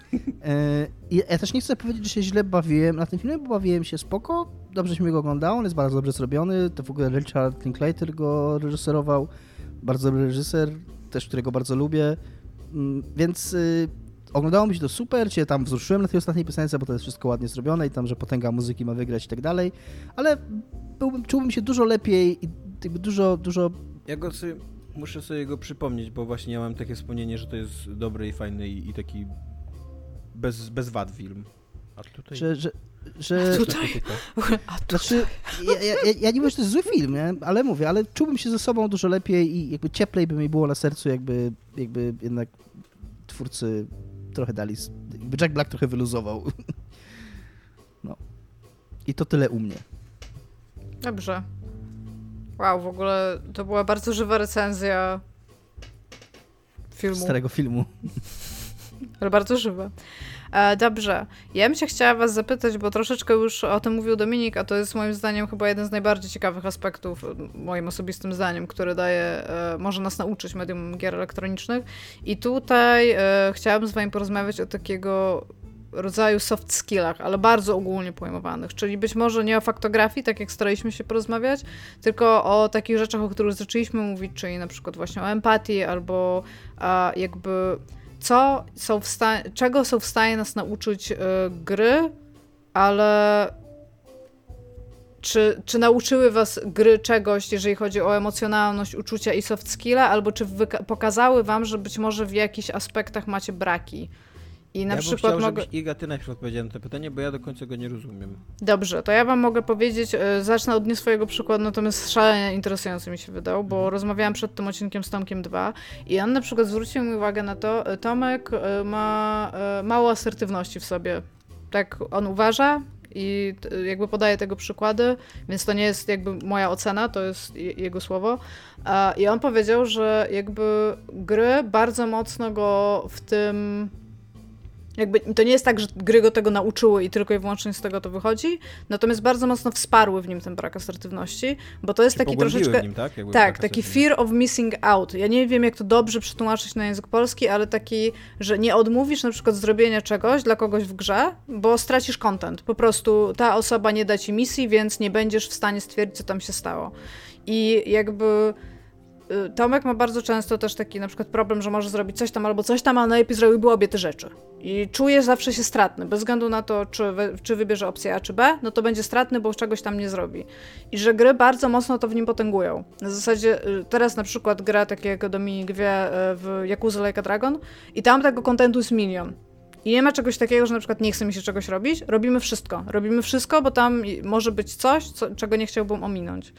Ja, ja też nie chcę powiedzieć, że się źle bawiłem na tym filmie, bo bawiłem się spoko, dobrze się mi go oglądało, on jest bardzo dobrze zrobiony, to w ogóle Richard Linklater go reżyserował, bardzo dobry reżyser, też którego bardzo lubię, więc oglądało mi się to super, cię tam wzruszyłem na tej ostatniej piosence, bo to jest wszystko ładnie zrobione i tam, że potęga muzyki ma wygrać i tak dalej, ale byłbym, czułbym się dużo lepiej i jakby dużo, dużo... Ja go sobie, muszę sobie go przypomnieć, bo właśnie ja mam takie wspomnienie, że to jest dobry i fajny i, i taki bez, bez wad film. A tutaj... Że, że, że... A tutaj? A tutaj? Znaczy, ja, ja, ja nie mówię, że to jest zły film, nie? Ale mówię, ale czułbym się ze sobą dużo lepiej i jakby cieplej by mi było na sercu, jakby, jakby jednak twórcy trochę dali, jakby Jack Black trochę wyluzował. No. I to tyle u mnie. Dobrze. Wow, w ogóle to była bardzo żywa recenzja filmu. Starego filmu. Ale bardzo żywa. E, dobrze. Ja bym się chciała was zapytać, bo troszeczkę już o tym mówił Dominik, a to jest moim zdaniem chyba jeden z najbardziej ciekawych aspektów, moim osobistym zdaniem, który daje, e, może nas nauczyć medium gier elektronicznych. I tutaj e, chciałabym z wami porozmawiać o takiego rodzaju soft skillach, ale bardzo ogólnie pojmowanych, czyli być może nie o faktografii, tak jak staraliśmy się porozmawiać, tylko o takich rzeczach, o których zaczęliśmy mówić, czyli na przykład właśnie o empatii, albo a, jakby co są w stanie, czego są w stanie nas nauczyć y, gry, ale czy, czy nauczyły was gry czegoś, jeżeli chodzi o emocjonalność, uczucia i soft skilla, albo czy wyka- pokazały wam, że być może w jakichś aspektach macie braki? I na ja przykład bym chciał, mogę... żebyś Iga, ty najpierw odpowiedziała na to pytanie, bo ja do końca go nie rozumiem. Dobrze, to ja wam mogę powiedzieć, zacznę od nie swojego przykładu, natomiast szalenie interesujący mi się wydał, bo rozmawiałam przed tym odcinkiem z Tomkiem dwa i on na przykład zwrócił mi uwagę na to, Tomek ma mało asertywności w sobie. Tak on uważa i jakby podaje tego przykłady, więc to nie jest jakby moja ocena, to jest jego słowo. I on powiedział, że jakby gry bardzo mocno go w tym... Jakby to nie jest tak, że gry go tego nauczyły i tylko i wyłącznie z tego to wychodzi, natomiast bardzo mocno wsparły w nim ten brak asertywności, bo to jest Czy taki troszeczkę... w nim, tak? Jakby tak, taki fear of missing out. Ja nie wiem, jak to dobrze przetłumaczyć na język polski, ale taki, że nie odmówisz na przykład zrobienia czegoś dla kogoś w grze, bo stracisz content. Po prostu ta osoba nie da ci misji, więc nie będziesz w stanie stwierdzić, co tam się stało. I jakby... Tomek ma bardzo często też taki na przykład problem, że może zrobić coś tam albo coś tam, a najlepiej zrobiłby obie te rzeczy. I czuje zawsze się stratny, bez względu na to, czy, wy, czy wybierze opcję A czy B, no to będzie stratny, bo czegoś tam nie zrobi. I że gry bardzo mocno to w nim potęgują. Na zasadzie teraz na przykład gra, tak jak Dominik wie, w Yakuza Like a Dragon i tam tego kontentu jest milion. I nie ma czegoś takiego, że na przykład nie chce mi się czegoś robić. Robimy wszystko. Robimy wszystko, bo tam może być coś, co, czego nie chciałbym ominąć.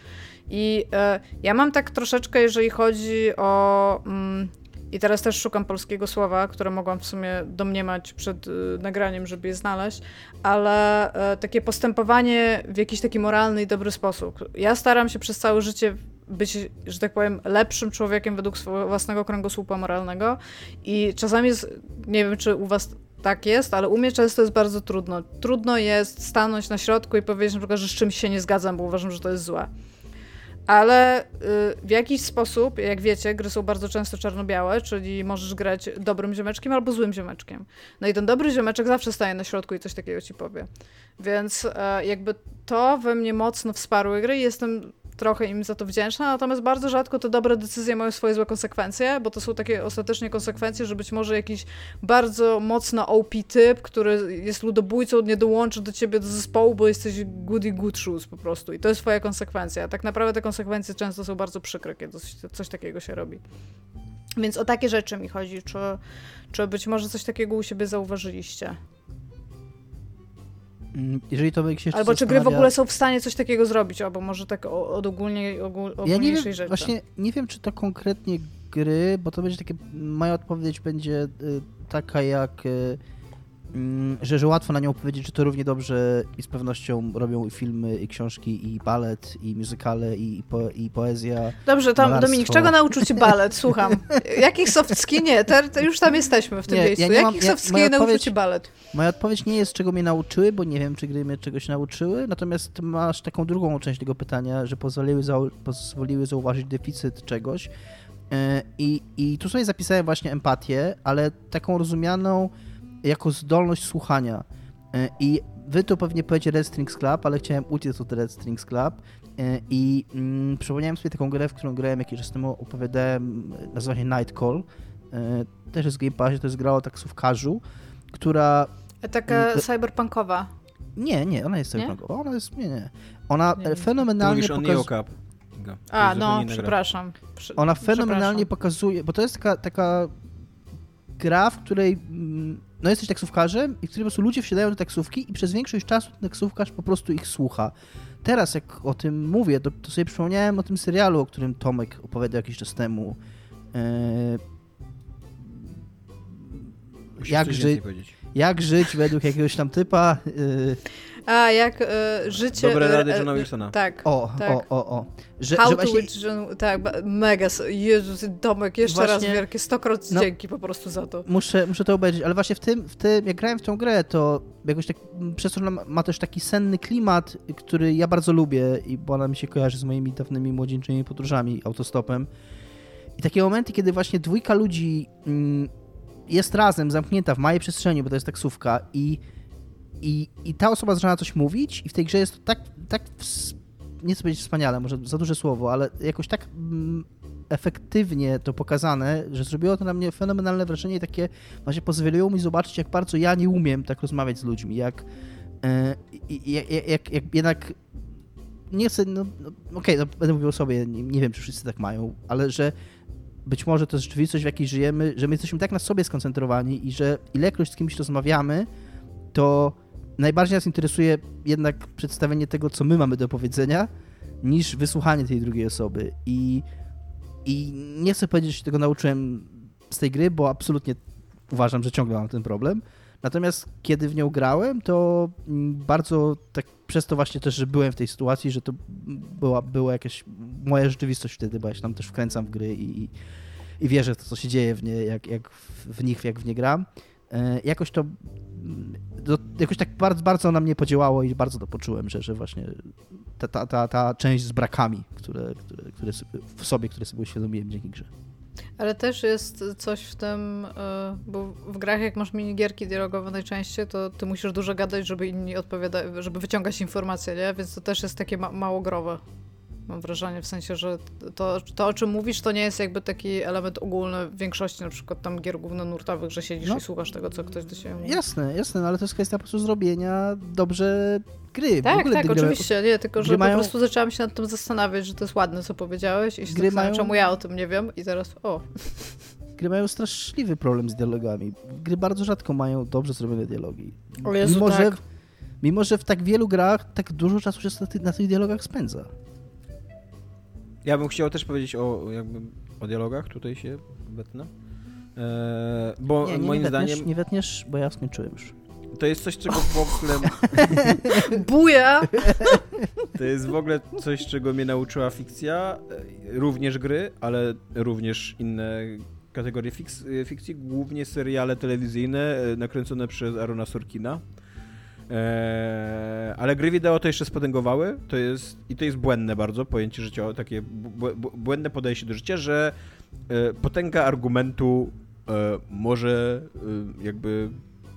I e, ja mam tak troszeczkę, jeżeli chodzi o... Mm, I teraz też szukam polskiego słowa, które mogłam w sumie domniemać przed y, nagraniem, żeby je znaleźć, ale e, takie postępowanie w jakiś taki moralny i dobry sposób. Ja staram się przez całe życie być, że tak powiem, lepszym człowiekiem według swojego własnego kręgosłupa moralnego i czasami jest, nie wiem, czy u was tak jest, ale u mnie często jest bardzo trudno. Trudno jest stanąć na środku i powiedzieć na przykład, że z czymś się nie zgadzam, bo uważam, że to jest złe. Ale y, w jakiś sposób, jak wiecie, gry są bardzo często czarno-białe, czyli możesz grać dobrym ziomeczkiem albo złym ziomeczkiem. No i ten dobry ziomeczek zawsze staje na środku i coś takiego ci powie. Więc e, jakby to we mnie mocno wsparły gry i jestem trochę im za to wdzięczna, natomiast bardzo rzadko te dobre decyzje mają swoje złe konsekwencje, bo to są takie ostatecznie konsekwencje, że być może jakiś bardzo mocno O P typ, który jest ludobójcą, nie dołączy do ciebie do zespołu, bo jesteś goody good shoes po prostu i to jest twoja konsekwencja. Tak naprawdę te konsekwencje często są bardzo przykre, kiedy coś, coś takiego się robi. Więc o takie rzeczy mi chodzi, czy, czy być może coś takiego u siebie zauważyliście? Jeżeli to by się jeszcze Albo czy zastanawia... gry w ogóle są w stanie coś takiego zrobić, albo może tak od ogólnie, ogól, ogólniejszej ja nie wiem, rzeczy. Właśnie nie wiem, czy to konkretnie gry, bo to będzie takie, moja odpowiedź będzie y, taka jak, y, y, że, że łatwo na nią powiedzieć, że to równie dobrze i z pewnością robią i filmy, i książki, i balet, i musicale, i, po, i poezja. Dobrze, tam malarstwo. Dominik, czego nauczył cię balet? Słucham. Jakich soft skilli? Nie, te, te już tam jesteśmy w tym Nie, miejscu. ja nie Jakich mam- ja- soft moja skilli nauczył odpowiedź- cię balet? Moja odpowiedź nie jest, czego mnie nauczyły, bo nie wiem, czy gry mnie czegoś nauczyły, natomiast masz taką drugą część tego pytania, że pozwoliły, zau- pozwoliły zauważyć deficyt czegoś. Yy, I, I tu sobie zapisałem właśnie empatię, ale taką rozumianą jako zdolność słuchania. Yy, I wy tu pewnie powiecie Red Strings Club, ale chciałem uciec od Red Strings Club. Yy, I mm, przypomniałem sobie taką grę, w którą grałem jakiś czas temu, opowiadałem, nazywa się Night Call. Yy, też jest w Game Passie, to jest gra o taksówkarzu, która... Taka Mm, cyberpunkowa. Nie, nie, ona jest Nie? cyberpunkowa. Ona jest, nie, nie. Ona Nie, nie. Tu fenomenalnie mówisz o pokazuje... Neo Cup. Go. To A, jest zupełnie no, inna gra. przepraszam. Prze- Ona fenomenalnie przepraszam. pokazuje, bo to jest taka, taka gra, w której mm, no jesteś taksówkarzem i w której po prostu ludzie wsiadają do taksówki i przez większość czasu ten taksówkarz po prostu ich słucha. Teraz jak o tym mówię, to, to sobie przypomniałem o tym serialu, o którym Tomek opowiadał jakiś czas temu. Eee, Musisz jak, coś ży- więcej powiedzieć. jak żyć według jakiegoś tam typa. Eee, A, jak y, życie... Dobre rady y, Johna y, Wilsona. Tak. o, tak. o, o, o. Że, How że to właśnie, Witch John... Tak, ba- mega. s- Jezus, Tomek, jeszcze Właśnie- raz wielkie stokroć no- dzięki po prostu za to. Muszę, muszę to obejrzeć, ale właśnie w tym, w tym, jak grałem w tą grę, to jakoś tak, m, przez to, że ona ma też taki senny klimat, który ja bardzo lubię, i bo ona mi się kojarzy z moimi dawnymi młodzieńczymi podróżami autostopem. I takie momenty, kiedy właśnie dwójka ludzi mm, jest razem, zamknięta w małej przestrzeni, bo to jest taksówka, i, i, i ta osoba zaczyna coś mówić, i w tej grze jest to tak, tak ws- nie chcę powiedzieć wspaniale, może za duże słowo, ale jakoś tak mm, efektywnie to pokazane, że zrobiło to na mnie fenomenalne wrażenie i takie właśnie pozwoliło mi zobaczyć, jak bardzo ja nie umiem tak rozmawiać z ludźmi, jak, e, i- jak, jak, jak, jak jednak nie chcę, no, no okej, no, będę mówił o sobie, nie, nie wiem, czy wszyscy tak mają, ale że być może to jest rzeczywistość, w jakiej żyjemy, że my jesteśmy tak na sobie skoncentrowani i że ilekroć z kimś rozmawiamy, to najbardziej nas interesuje jednak przedstawienie tego, co my mamy do powiedzenia, niż wysłuchanie tej drugiej osoby. I, i nie chcę powiedzieć, że się tego nauczyłem z tej gry, bo absolutnie uważam, że ciągle mam ten problem. Natomiast kiedy w nią grałem, to mm, bardzo tak przez to właśnie też, że byłem w tej sytuacji, że to była, była jakaś moja rzeczywistość wtedy, bo ja się tam też wkręcam w gry i, i, i wierzę w to, co się dzieje w nie, jak, jak w, w nich, jak w nie gram. E, jakoś to mm, do, jakoś tak bardzo, bardzo na mnie podziałało i bardzo to poczułem, że, że właśnie ta, ta, ta, ta część z brakami, które, które, które sobie, w sobie, które sobie uświadomiłem dzięki grze. Ale też jest coś w tym, y, bo w grach jak masz minigierki dialogowe najczęściej, to ty musisz dużo gadać, żeby inni odpowiadać, żeby wyciągać informacje, nie? Więc to też jest takie ma- małogrowe. Mam wrażenie, w sensie, że to, to, o czym mówisz, to nie jest jakby taki element ogólny w większości na przykład tam gier głównonurtowych, że siedzisz No. i słuchasz tego, co ktoś do siebie mówi. Jasne, jasne, no ale to jest kwestia po prostu zrobienia dobrze gry. W Tak, ogóle tak, te gry- oczywiście, nie, tylko że gry mają- po prostu zaczęłam się nad tym zastanawiać, że to jest ładne, co powiedziałeś i się Gry zastanawiam, mają- czemu ja o tym nie wiem i teraz, o. Gry mają straszliwy problem z dialogami. Gry bardzo rzadko mają dobrze zrobione dialogi. O Jezu, mimo, tak. że, mimo, że w tak wielu grach tak dużo czasu się na, ty, na tych dialogach spędza. Ja bym chciał też powiedzieć o, jakby, o dialogach, tutaj się wetnę. Eee, bo Nie, nie, moim nie wetniesz, zdaniem nie wetniesz, bo ja skończyłem już. to jest coś, czego w ogóle Buja! to jest w ogóle coś, czego mnie nauczyła fikcja, e, również gry, ale również inne kategorie fiks, fikcji, głównie seriale telewizyjne e, nakręcone przez Arona Sorkina. Eee, ale gry wideo to jeszcze spotęgowały, to jest, i to jest błędne bardzo, pojęcie życiowe, takie b- b- błędne podejście do życia, że e, potęga argumentu e, może e, jakby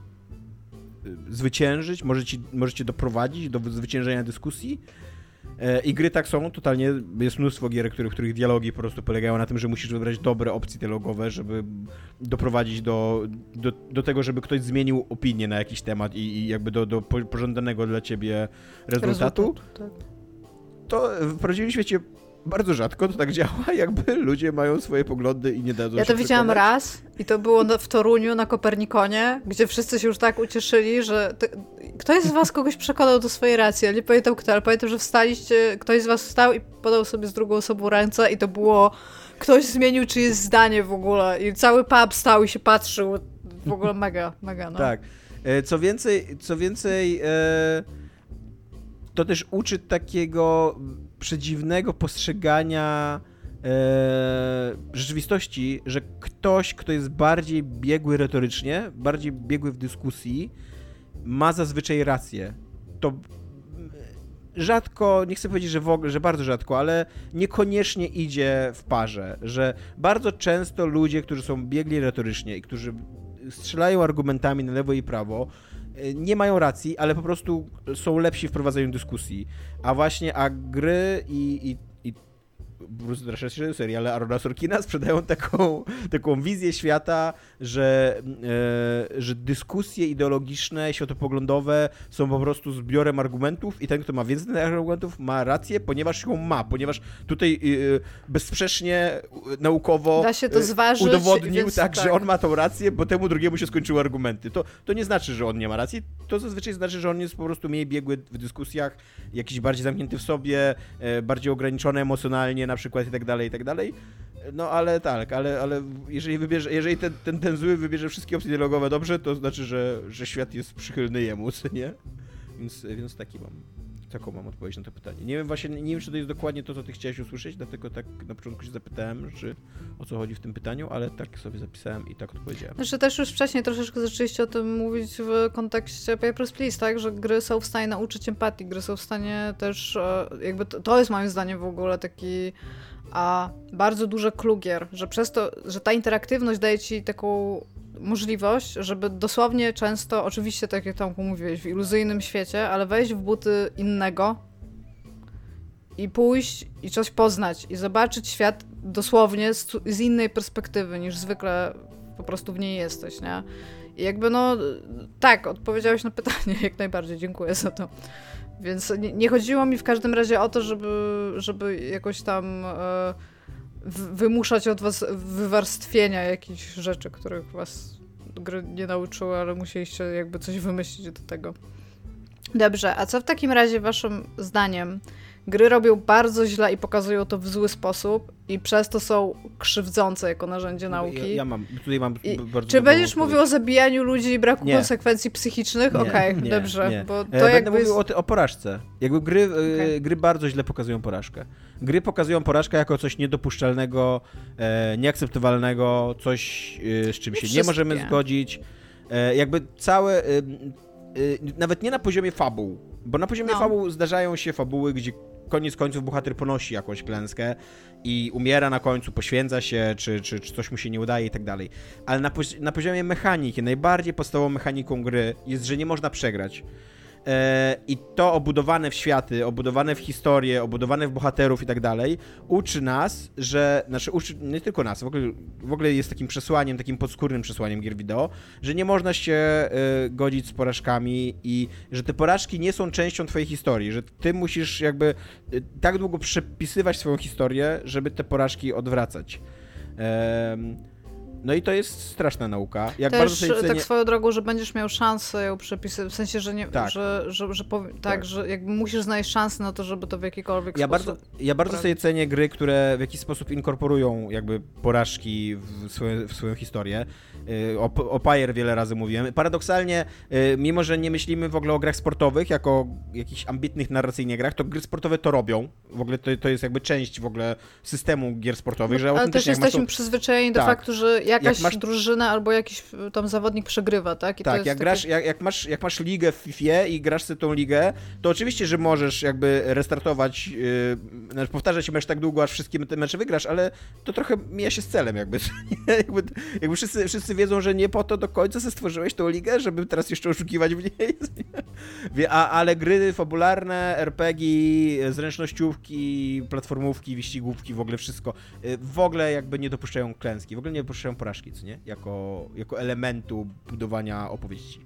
e, zwyciężyć, może, ci, może cię doprowadzić do zwyciężenia dyskusji. I gry tak są, totalnie, jest mnóstwo gier, których, których dialogi po prostu polegają na tym, że musisz wybrać dobre opcje dialogowe, żeby doprowadzić do, do, do tego, żeby ktoś zmienił opinię na jakiś temat i, i jakby do, do pożądanego dla ciebie rezultatu. Rezultat, tak. To w prawdziwym świecie bardzo rzadko to tak działa, jakby ludzie mają swoje poglądy i nie dadzą Ja się to widziałam przekonać. raz i to było na, w Toruniu na Kopernikonie, gdzie wszyscy się już tak ucieszyli, że ty, ktoś z was kogoś przekonał do swojej racji. Ja nie pamiętam kto, ale pamiętam, że wstaliście, ktoś z was wstał i podał sobie z drugą osobą ręce i to było, ktoś zmienił czyjeś zdanie w ogóle i cały pub stał i się patrzył. W ogóle mega, mega, no. Tak. E, Co więcej, co więcej e, to też uczy takiego przedziwnego postrzegania e, rzeczywistości, że ktoś, kto jest bardziej biegły retorycznie, bardziej biegły w dyskusji, ma zazwyczaj rację. To rzadko, nie chcę powiedzieć, że w ogóle, że bardzo rzadko, ale niekoniecznie idzie w parze, że bardzo często ludzie, którzy są biegli retorycznie i którzy strzelają argumentami na lewo i prawo, nie mają racji, ale po prostu są lepsi w prowadzeniu dyskusji. A właśnie, a gry i, i, i zresztą się serii, ale Arona Sorkina sprzedają taką, taką wizję świata, że, e, że dyskusje ideologiczne, światopoglądowe są po prostu zbiorem argumentów i ten, kto ma więcej tych argumentów, ma rację, ponieważ ją ma, ponieważ tutaj e, bezsprzecznie, naukowo Da się to zważyć, udowodnił, więc tak, tak, że on ma tą rację, bo temu drugiemu się skończyły argumenty. To, to nie znaczy, że on nie ma racji, to zazwyczaj znaczy, że on jest po prostu mniej biegły w dyskusjach, jakiś bardziej zamknięty w sobie, e, bardziej ograniczony emocjonalnie na przykład i tak dalej, i tak dalej. No ale tak, ale, ale jeżeli wybierze, jeżeli ten, ten, ten zły wybierze wszystkie opcje dialogowe dobrze, to znaczy, że, że świat jest przychylny jemu, nie? Więc, więc taki mam, taką mam odpowiedź na to pytanie. Nie wiem właśnie, nie wiem, czy to jest dokładnie to, co ty chciałeś usłyszeć, dlatego tak na początku się zapytałem, czy o co chodzi w tym pytaniu, ale tak sobie zapisałem i tak odpowiedziałem. Znaczy też już wcześniej troszeczkę zaczęliście o tym mówić w kontekście Papers, Please, tak, że gry są w stanie nauczyć empatii, gry są w stanie też, jakby to, to jest moim zdaniem w ogóle taki a, bardzo duży clue gier, że przez to, że ta interaktywność daje ci taką możliwość, żeby dosłownie często, oczywiście tak jak Tomku mówiłeś, w iluzyjnym świecie, ale wejść w buty innego i pójść i coś poznać i zobaczyć świat dosłownie z, z innej perspektywy niż zwykle po prostu w niej jesteś, nie? I jakby no, tak, odpowiedziałeś na pytanie, jak najbardziej, dziękuję za to. Więc nie, nie chodziło mi w każdym razie o to, żeby, żeby jakoś tam e, w, wymuszać od was wywarstwienia jakichś rzeczy, których was gry nie nauczyły, ale musieliście jakby coś wymyślić do tego. Dobrze, a co w takim razie waszym zdaniem gry robią bardzo źle i pokazują to w zły sposób i przez to są krzywdzące jako narzędzie nauki? Ja, ja mam, tutaj mam I bardzo czy będziesz odpowiedź. mówił o zabijaniu ludzi i braku Nie. konsekwencji psychicznych? Okej, okay, dobrze, nie. bo to e, Będę jakby mówił jest... o, ty, o porażce. Jakby gry, Okay. e, gry bardzo źle pokazują porażkę. Gry pokazują porażkę jako coś niedopuszczalnego, e, nieakceptowalnego, coś, e, z czym Nie się wszystkie. nie możemy zgodzić. E, jakby całe... E, e, nawet nie na poziomie fabuł, bo na poziomie No. fabuł zdarzają się fabuły, gdzie koniec końców bohater ponosi jakąś klęskę i umiera na końcu, poświęca się, czy, czy, czy coś mu się nie udaje i tak dalej. Ale na, pozi- na poziomie mechaniki, najbardziej podstawową mechaniką gry jest, że nie można przegrać. E, I to obudowane w światy, obudowane w historię, obudowane w bohaterów i tak dalej, uczy nas, że, znaczy uczy, nie tylko nas, w ogóle, w ogóle jest takim przesłaniem, takim podskórnym przesłaniem gier wideo, że nie można się e, godzić z porażkami i że te porażki nie są częścią twojej historii, że ty musisz jakby e, tak długo przepisywać swoją historię, żeby te porażki odwracać. E, No i to jest straszna nauka. Jak Też bardzo sobie cenię... tak swoją drogą, że będziesz miał szansę ją przepisać, w sensie, że nie, Tak. że, że, że powie, tak, Tak. że jakby musisz znaleźć szansę na to, żeby to w jakikolwiek Ja sposób... bardzo, ja bardzo sobie cenię gry, które w jakiś sposób inkorporują jakby porażki w, swoje, w swoją historię. O, o Pyre wiele razy mówiłem. Paradoksalnie, mimo że nie myślimy w ogóle o grach sportowych jako jakichś ambitnych narracyjnie grach, to gry sportowe to robią. W ogóle to, to jest jakby część w ogóle systemu gier sportowych, że Ale też autentycznie jak masz jesteśmy tą... przyzwyczajeni do Tak. faktu, że jakaś jak masz... drużyna albo jakiś tam zawodnik przegrywa, tak? I tak, to jest jak, takie... grasz, jak, jak, masz, jak masz ligę w Fifie i grasz sobie tą ligę, to oczywiście, że możesz jakby restartować, yy, powtarzać mecz tak długo, aż wszystkie te mecze wygrasz, ale to trochę mija się z celem jakby. jakby, jakby wszyscy, wszyscy wiedzą, że nie po to do końca sobie stworzyłeś tą ligę, żeby teraz jeszcze oszukiwać w niej. A, ale gry fabularne, er pe gie, zręcznościówki, platformówki, wyścigówki, w ogóle wszystko, w ogóle jakby nie dopuszczają klęski, w ogóle nie dopuszczają porażki, co nie? Jako, jako elementu budowania opowieści.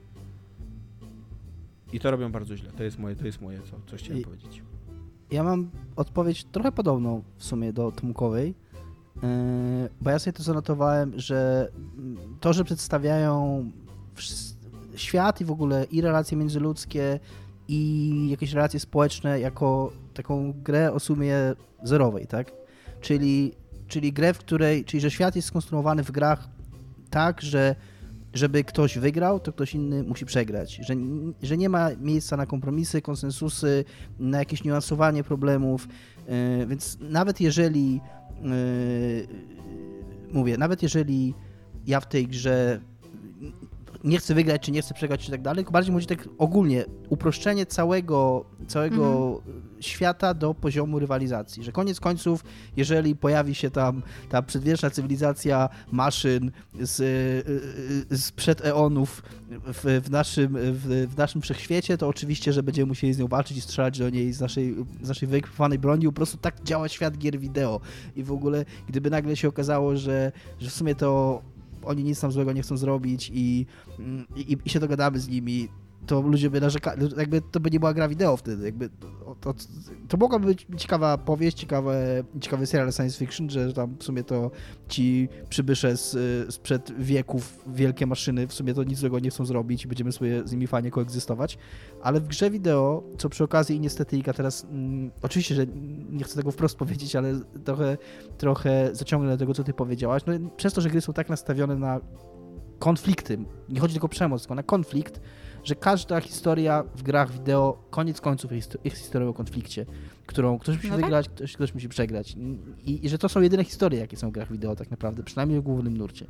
I to robią bardzo źle. To jest moje, to jest moje co, coś chciałem I, powiedzieć. Ja mam odpowiedź trochę podobną w sumie do Tomkowej, yy, bo ja sobie to zanotowałem, że to, że przedstawiają świat i w ogóle i relacje międzyludzkie i jakieś relacje społeczne jako taką grę o sumie zerowej, tak? Czyli, czyli grę, w której, czyli że świat jest skonstruowany w grach tak, że żeby ktoś wygrał, to ktoś inny musi przegrać. Że, że nie ma miejsca na kompromisy, konsensusy, na jakieś niuansowanie problemów, yy, więc nawet jeżeli yy, mówię, nawet jeżeli ja w tej grze nie chcę wygrać, czy nie chcę przegrać, czy tak dalej, tylko bardziej chodzi tak ogólnie uproszczenie całego, całego mhm. świata do poziomu rywalizacji, że koniec końców, jeżeli pojawi się tam ta przedwieczna cywilizacja maszyn z, z przed eonów w, w, naszym, w, w naszym wszechświecie, to oczywiście, że będziemy musieli z nią walczyć i strzelać do niej z naszej, z naszej wyekwipowanej broni, po prostu tak działa świat gier wideo i w ogóle, gdyby nagle się okazało, że, że w sumie to oni nic tam złego nie chcą zrobić i, i, i się dogadamy z nimi, to ludzie by narzekali, jakby to by nie była gra wideo wtedy, jakby to, to, to mogłaby być ciekawa powieść, ciekawe, ciekawy serial science fiction, że tam w sumie to ci przybysze z, sprzed wieków, wielkie maszyny w sumie to nic złego nie chcą zrobić i będziemy sobie z nimi fajnie koegzystować, ale w grze wideo, co przy okazji i niestety Iga teraz, mm, oczywiście, że nie chcę tego wprost powiedzieć, ale trochę, trochę zaciągnę do tego, co ty powiedziałaś, no przez to, że gry są tak nastawione na konflikty, nie chodzi tylko o przemoc, tylko na konflikt, że każda historia w grach wideo, koniec końców jest, jest historią o konflikcie, którą ktoś musi no wygrać, tak? ktoś, ktoś musi przegrać. I, I że to są jedyne historie, jakie są w grach wideo tak naprawdę, przynajmniej w głównym nurcie.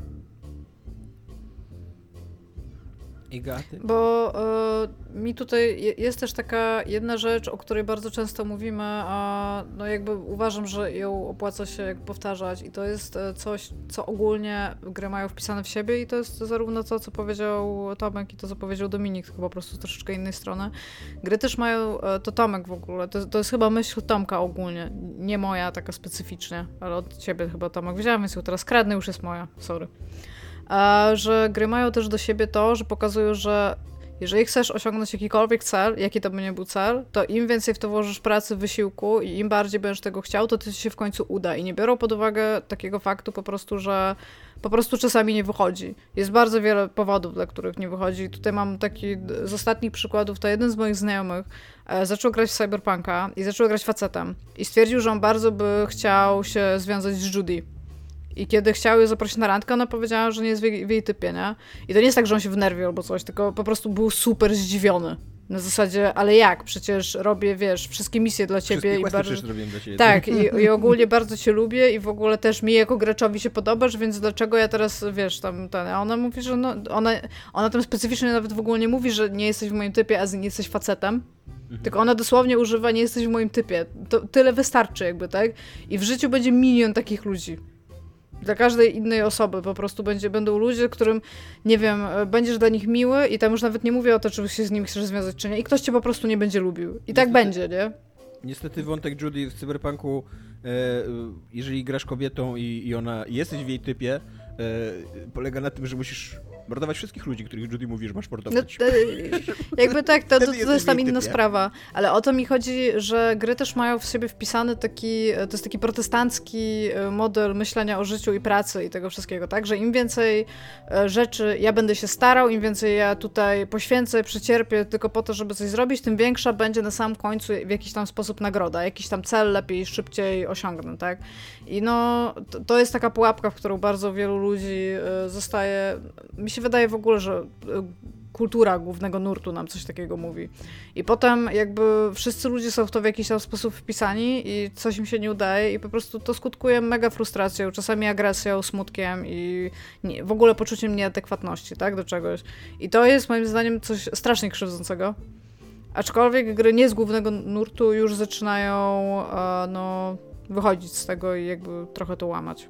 Igaty? Bo y, mi tutaj jest też taka jedna rzecz, o której bardzo często mówimy, a no jakby uważam, że ją opłaca się powtarzać i to jest coś, co ogólnie gry mają wpisane w siebie i to jest zarówno to, co powiedział Tomek i to, co powiedział Dominik, tylko po prostu z troszeczkę innej strony. Gry też mają, to Tomek w ogóle, to, to jest chyba myśl Tomka ogólnie, nie moja taka specyficznie, ale od ciebie chyba Tomek wziąłem, więc ją teraz kradnę, już jest moja, sorry. A, że gry mają też do siebie to, że pokazują, że jeżeli chcesz osiągnąć jakikolwiek cel, jaki to by nie był cel, to im więcej w to włożysz pracy, wysiłku i im bardziej będziesz tego chciał, to to ci się w końcu uda. I nie biorą pod uwagę takiego faktu po prostu, że po prostu czasami nie wychodzi. Jest bardzo wiele powodów, dla których nie wychodzi. Tutaj mam taki z ostatnich przykładów, to jeden z moich znajomych e, zaczął grać w Cyberpunka i zaczął grać facetem. I stwierdził, że on bardzo by chciał się związać z Judy. I kiedy chciał ją zaprosić na randkę, ona powiedziała, że nie jest w jej, w jej typie, nie? I to nie jest tak, że on się wnerwił albo coś, tylko po prostu był super zdziwiony. Na zasadzie, ale jak? Przecież robię, wiesz, wszystkie misje dla ciebie. Wszystkie i bardzo robię dla ciebie. Tak, i, i ogólnie bardzo cię lubię i w ogóle też mi jako graczowi się podobasz, więc dlaczego ja teraz, wiesz, tam ten... A ona mówi, że no, ona, ona tam specyficznie nawet w ogóle nie mówi, że nie jesteś w moim typie, a nie jesteś facetem. Mhm. Tylko ona dosłownie używa, nie jesteś w moim typie. To tyle wystarczy jakby, tak? I w życiu będzie milion takich ludzi. Dla każdej innej osoby po prostu będzie, będą ludzie, którym, nie wiem, będziesz dla nich miły i tam już nawet nie mówię o to, czy się z nimi chcesz związać, czy nie. I ktoś cię po prostu nie będzie lubił. I niestety, tak będzie, nie? Niestety wątek Judy w Cyberpunku, e, jeżeli grasz kobietą i, i ona jesteś w jej typie, e, polega na tym, że musisz mordować wszystkich ludzi, których Judy mówi, że masz mordować. No, to, jakby tak, to, to, to jest tam inna sprawa. Ale o to mi chodzi, że gry też mają w sobie wpisany taki, to jest taki protestancki model myślenia o życiu i pracy i tego wszystkiego, tak? Że im więcej rzeczy ja będę się starał, im więcej ja tutaj poświęcę, przecierpię tylko po to, żeby coś zrobić, tym większa będzie na samym końcu w jakiś tam sposób nagroda, jakiś tam cel lepiej, szybciej osiągnę, tak? I no, to, to jest taka pułapka, w którą bardzo wielu ludzi zostaje. Mi się wydaje w ogóle, że kultura głównego nurtu nam coś takiego mówi. I potem jakby wszyscy ludzie są w to w jakiś tam sposób wpisani i coś im się nie udaje i po prostu to skutkuje mega frustracją, czasami agresją, smutkiem i nie, w ogóle poczuciem nieadekwatności, tak, do czegoś. I to jest moim zdaniem coś strasznie krzywdzącego. Aczkolwiek gry nie z głównego nurtu już zaczynają e, no, wychodzić z tego i jakby trochę to łamać.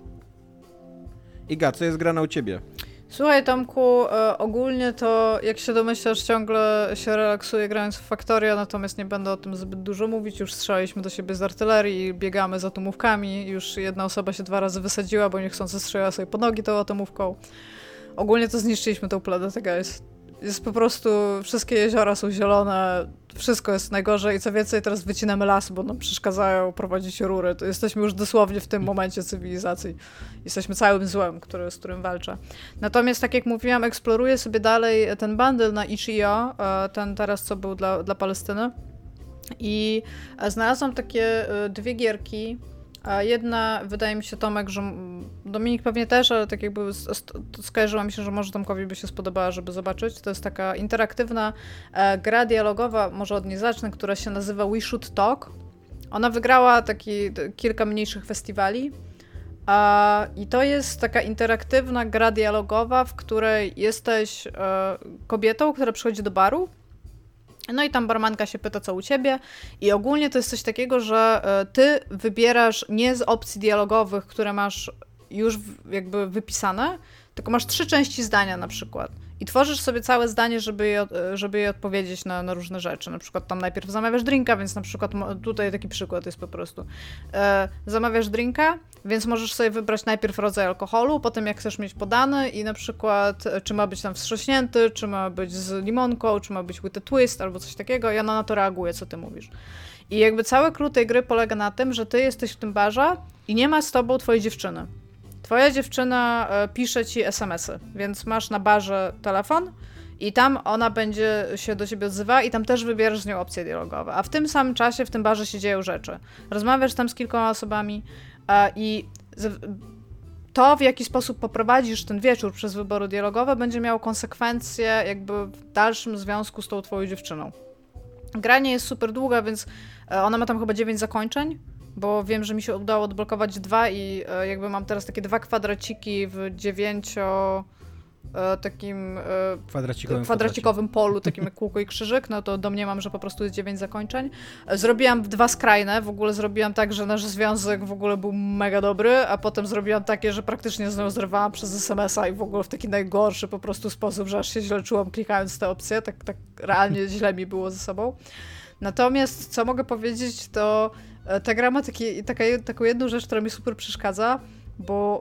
Iga, co jest grane u ciebie? Słuchaj, Tomku, e, ogólnie to, jak się domyślasz, ciągle się relaksuję grając w Factorio, natomiast nie będę o tym zbyt dużo mówić. Już strzelaliśmy do siebie z artylerii, biegamy za atomówkami. Już jedna osoba się dwa razy wysadziła, bo niechcący strzeliła sobie po nogi tą atomówką. Ogólnie to zniszczyliśmy tą planetę, guys. Jest po prostu, wszystkie jeziora są zielone, wszystko jest najgorzej i co więcej, teraz wycinamy lasy, bo nam przeszkadzają prowadzić rury. To jesteśmy już dosłownie w tym momencie cywilizacji. Jesteśmy całym złem, który, z którym walczę. Natomiast, tak jak mówiłam, eksploruję sobie dalej ten bundle na itch kropka i o, ten teraz, co był dla, dla Palestyny. I znalazłam takie dwie gierki. A jedna, wydaje mi się, Tomek, że Dominik pewnie też, ale tak jakby skojarzyła mi się, że może Tomkowi by się spodobała, żeby zobaczyć. To jest taka interaktywna e, gra dialogowa, może od niej zacznę, która się nazywa We Should Talk. Ona wygrała taki t, kilka mniejszych festiwali. E, I to jest taka interaktywna gra dialogowa, w której jesteś e, kobietą, która przychodzi do baru. No i tam barmanka się pyta, co u ciebie i ogólnie to jest coś takiego, że ty wybierasz nie z opcji dialogowych, które masz już jakby wypisane, tylko masz trzy części zdania na przykład i tworzysz sobie całe zdanie, żeby je, żeby je odpowiedzieć na, na różne rzeczy. Na przykład tam najpierw zamawiasz drinka, więc na przykład tutaj taki przykład jest po prostu. E, zamawiasz drinka, więc możesz sobie wybrać najpierw rodzaj alkoholu, potem jak chcesz mieć podany i na przykład czy ma być tam wstrząśnięty, czy ma być z limonką, czy ma być with a twist albo coś takiego i ona na to reaguje, co ty mówisz. I jakby cały klucz tej gry polega na tym, że ty jesteś w tym barze i nie ma z tobą twojej dziewczyny. Twoja dziewczyna e, pisze ci es em esy, więc masz na barze telefon i tam ona będzie się do ciebie odzywała i tam też wybierasz z nią opcje dialogowe. A w tym samym czasie w tym barze się dzieją rzeczy. Rozmawiasz tam z kilkoma osobami e, i z, to, w jaki sposób poprowadzisz ten wieczór przez wybory dialogowe, będzie miało konsekwencje jakby w dalszym związku z tą twoją dziewczyną. Gra nie jest super długa, więc e, ona ma tam chyba dziewięć zakończeń. Bo wiem, że mi się udało odblokować dwa i e, jakby mam teraz takie dwa kwadraciki w dziewięcio e, takim e, kwadracikowym, kwadracikowym polu, takim jak kółko i krzyżyk, no to domniemam, że po prostu jest dziewięć zakończeń. Zrobiłam dwa skrajne, w ogóle zrobiłam tak, że nasz związek w ogóle był mega dobry, a potem zrobiłam takie, że praktycznie z nią zrywałam przez es em esa i w ogóle w taki najgorszy po prostu sposób, że aż się źle czułam klikając te opcje, tak, tak realnie źle mi było ze sobą. Natomiast co mogę powiedzieć, to ta gra ma taki, taka, taką jedną rzecz, która mi super przeszkadza, bo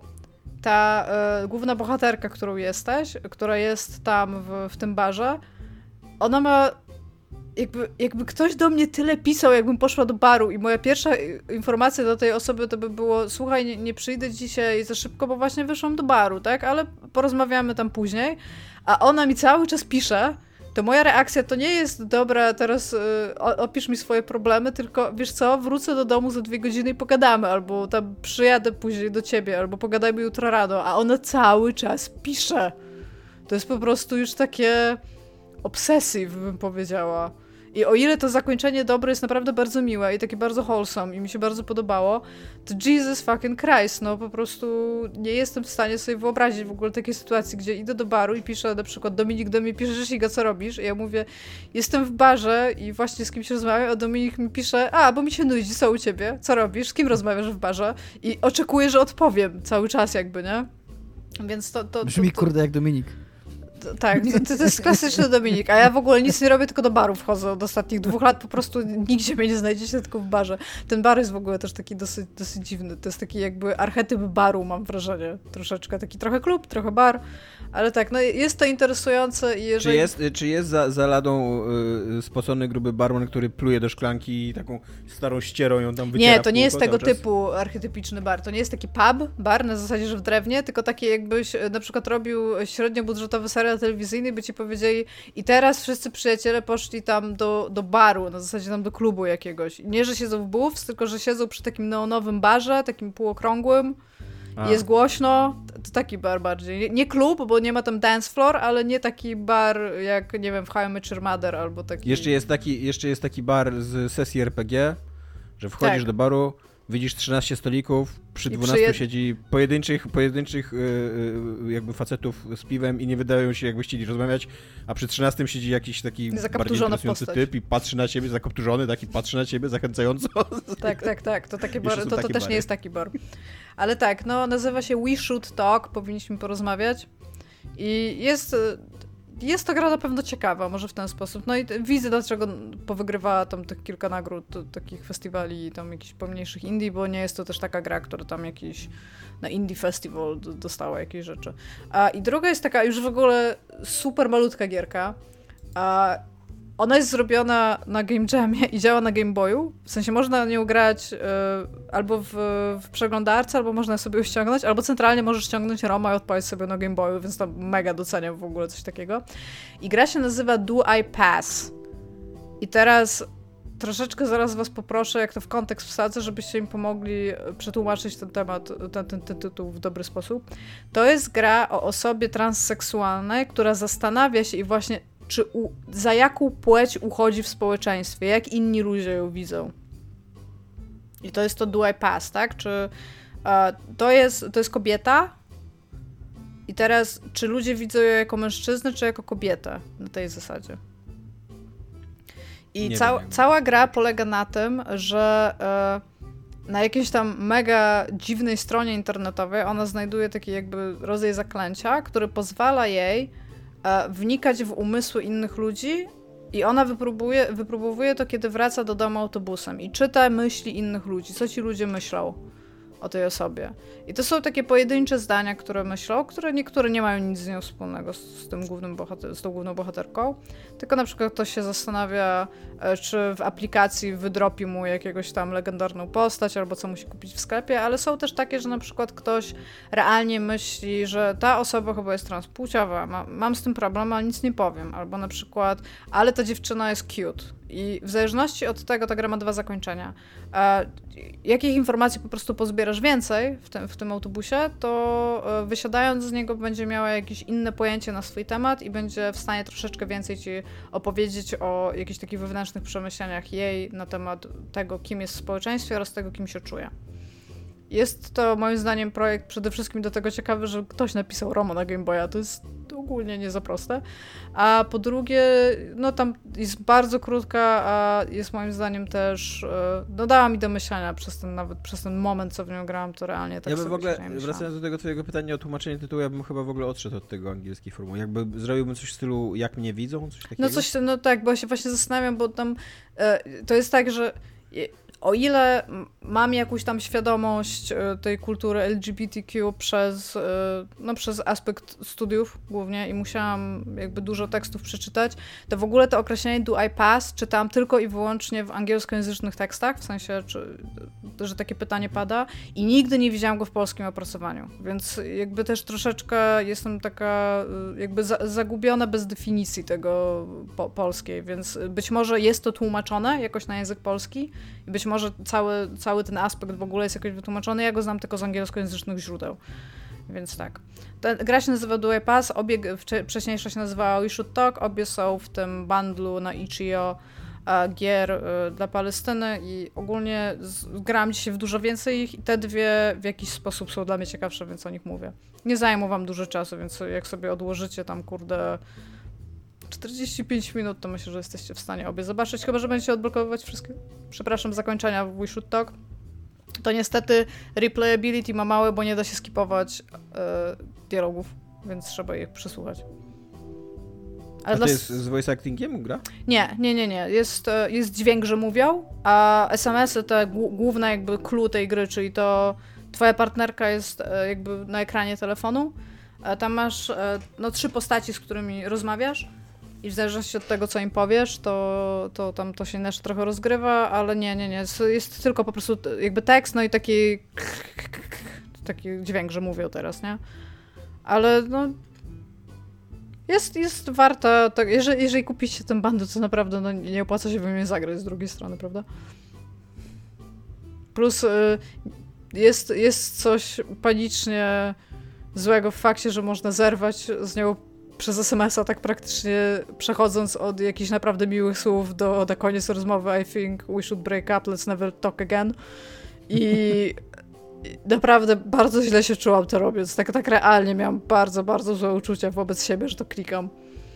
ta e, główna bohaterka, którą jesteś, która jest tam w, w tym barze, ona ma jakby, jakby ktoś do mnie tyle pisał, jakbym poszła do baru i moja pierwsza informacja do tej osoby to by było: słuchaj, nie, nie przyjdę dzisiaj za szybko, bo właśnie wyszłam do baru, tak, ale porozmawiamy tam później, a ona mi cały czas pisze. To moja reakcja to nie jest: dobra, teraz y, opisz mi swoje problemy, tylko wiesz co, wrócę do domu za dwie godziny i pogadamy, albo tam przyjadę później do ciebie, albo pogadajmy jutro rano, a ona cały czas pisze. To jest po prostu już takie obsessive, bym powiedziała. I o ile to zakończenie dobre jest naprawdę bardzo miłe i takie bardzo wholesome i mi się bardzo podobało, to Jesus fucking Christ, no po prostu nie jestem w stanie sobie wyobrazić w ogóle takiej sytuacji, gdzie idę do baru i piszę na przykład: Dominik do mnie pisze, że Iga, co robisz? I ja mówię: jestem w barze i właśnie z kimś rozmawiam, a Dominik mi pisze: a, bo mi się nudzi, co u ciebie? Co robisz? Z kim rozmawiasz w barze? I oczekuję, że odpowiem cały czas jakby, nie? Więc to... to Brzmi to, to... kurde jak Dominik. Tak, to, to jest klasyczny Dominik, a ja w ogóle nic nie robię, tylko do baru wchodzę od ostatnich dwóch lat, po prostu nigdzie mnie nie znajdziecie, tylko w barze. Ten bar jest w ogóle też taki dosyć, dosyć dziwny, to jest taki jakby archetyp baru, mam wrażenie, troszeczkę, taki trochę klub, trochę bar, ale tak, no jest to interesujące i jeżeli... Czy jest, czy jest za, za ladą y, spocony gruby barman, który pluje do szklanki i taką starą ścierą ją tam wyciera? Nie, to nie jest tego typu archetypiczny bar, to nie jest taki pub, bar na zasadzie, że w drewnie, tylko taki jakbyś na przykład robił średniobudżetowy serial telewizyjny, by ci powiedzieli: i teraz wszyscy przyjaciele poszli tam do, do baru, na zasadzie tam do klubu jakiegoś. Nie, że siedzą w booths, tylko że siedzą przy takim neonowym barze, takim półokrągłym. A. Jest głośno, to taki bar bardziej. Nie klub, bo nie ma tam dance floor, ale nie taki bar jak, nie wiem, w How I Met Your Mother albo taki... Jeszcze jest taki, jeszcze jest taki bar z sesji R P G, że wchodzisz tak. do baru, widzisz trzynaście stolików, przy dwunastu przyjed... siedzi pojedynczych, pojedynczych yy, jakby facetów z piwem i nie wydają się jakby chcieli rozmawiać, a przy trzynastym siedzi jakiś taki bardziej interesujący typ i patrzy na ciebie, zakapturzony, taki patrzy na ciebie zachęcająco. Tak, tak, tak, to, takie bar, to, to takie też bary. nie jest taki bar. Ale tak, no nazywa się We Should Talk, powinniśmy porozmawiać i jest... Jest to gra na pewno ciekawa, może w ten sposób. No i widzę, dlaczego powygrywała tam tych kilka nagród, takich festiwali, tam jakichś pomniejszych indie, bo nie jest to też taka gra, która tam jakiś na Indie Festival dostała jakieś rzeczy. A, i druga jest taka już w ogóle super malutka gierka. A, ona jest zrobiona na Game Jamie i działa na Game Boyu. W sensie można nią grać y, albo w, w przeglądarce, albo można sobie ją ściągnąć, albo centralnie możesz ściągnąć ROMa i odpalić sobie na Game Boyu, więc tam mega doceniam w ogóle coś takiego. I gra się nazywa Do I Pass? I teraz troszeczkę zaraz was poproszę, jak to w kontekst wsadzę, żebyście mi pomogli przetłumaczyć ten temat, ten, ten, ten tytuł w dobry sposób. To jest gra o osobie transseksualnej, która zastanawia się i właśnie czy u, za jaką płeć uchodzi w społeczeństwie, jak inni ludzie ją widzą. I to jest to Do I Pass, tak? Czy e, to, jest, to jest kobieta i teraz czy ludzie widzą ją jako mężczyznę, czy jako kobietę na tej zasadzie. I ca- cała gra polega na tym, że e, na jakiejś tam mega dziwnej stronie internetowej ona znajduje taki jakby rodzaj zaklęcia, który pozwala jej wnikać w umysły innych ludzi i ona wypróbuje, wypróbowuje to, kiedy wraca do domu autobusem i czyta myśli innych ludzi, co ci ludzie myślą o tej osobie. I to są takie pojedyncze zdania, które myślą, które niektóre nie mają nic z nią wspólnego, z, z, tym głównym bohater- z tą główną bohaterką, tylko na przykład ktoś się zastanawia, czy w aplikacji wydropi mu jakiegoś tam legendarną postać, albo co musi kupić w sklepie, ale są też takie, że na przykład ktoś realnie myśli, że ta osoba chyba jest transpłciowa, ma, mam z tym problem, ale nic nie powiem, albo na przykład, ale ta dziewczyna jest cute. I w zależności od tego ta gra ma dwa zakończenia. E, jakich informacji po prostu pozbierasz więcej w tym, w tym autobusie, to e, wysiadając z niego będzie miała jakieś inne pojęcie na swój temat i będzie w stanie troszeczkę więcej ci opowiedzieć o jakichś takich wewnętrznych przemyśleniach jej na temat tego, kim jest w społeczeństwie oraz tego, kim się czuje. Jest to moim zdaniem projekt przede wszystkim do tego ciekawy, że ktoś napisał ROMa na Game Boya, to jest ogólnie nie za proste. A po drugie, no tam jest bardzo krótka, a jest moim zdaniem też, no dała mi do myślenia przez ten nawet, przez ten moment, co w nią grałam, to realnie tak ja bym sobie w ogóle, myślałam. wracając do tego twojego pytania o tłumaczenie tytułu, ja bym chyba w ogóle odszedł od tego angielskiej formuły. Jakby zrobiłbym coś w stylu, jak mnie widzą, coś takiego? No coś, no tak, bo ja się właśnie zastanawiam, bo tam e, to jest tak, że o ile mam jakąś tam świadomość tej kultury L G B T Q przez, no, przez aspekt studiów głównie i musiałam jakby dużo tekstów przeczytać, to w ogóle to określenie Do I Pass czytałam tylko i wyłącznie w angielskojęzycznych tekstach, w sensie, czy, że takie pytanie pada i nigdy nie widziałam go w polskim opracowaniu, więc jakby też troszeczkę jestem taka jakby za, zagubiona bez definicji tego po, polskiej, więc być może jest to tłumaczone jakoś na język polski i być może cały, cały ten aspekt w ogóle jest jakoś wytłumaczony. Ja go znam tylko z angielskojęzycznych źródeł. Więc tak. Ta gra się nazywa Do I Pass, obie wcześniejsza się nazywała We Should Talk, obie są w tym bundlu na itch kropka i o gier y, dla Palestyny i ogólnie grałam dzisiaj w dużo więcej ich i te dwie w jakiś sposób są dla mnie ciekawsze, więc o nich mówię. Nie zajmą wam dużo czasu, więc jak sobie odłożycie tam, kurde, czterdzieści pięć minut, to myślę, że jesteście w stanie obie zobaczyć, chyba że będziecie odblokowywać wszystkie, przepraszam, zakończenia w We Should Talk. To niestety replayability ma małe, bo nie da się skipować e, dialogów, więc trzeba ich przesłuchać. Ale a to dla... jest z voice actingiem gra? Nie, nie, nie, nie. Jest, jest dźwięk, że mówią, a es em esy, te główne jakby clue tej gry, czyli to twoja partnerka jest jakby na ekranie telefonu, tam masz no, trzy postaci, z którymi rozmawiasz i w zależności od tego, co im powiesz, to, to tam to się inaczej trochę rozgrywa, ale nie, nie, nie. Jest tylko po prostu jakby tekst, no i taki taki dźwięk, że mówią teraz, nie? Ale no jest, jest warta, tak, jeżeli, jeżeli kupicie ten bundle, to naprawdę no, nie opłaca się w nie zagrać z drugiej strony, prawda? Plus y, jest, jest coś panicznie złego w fakcie, że można zerwać z nią przez es em es a, tak praktycznie przechodząc od jakichś naprawdę miłych słów do na koniec rozmowy I think we should break up, let's never talk again. I naprawdę bardzo źle się czułam to robiąc. Tak, tak realnie miałam bardzo, bardzo złe uczucia wobec siebie, że to klikam.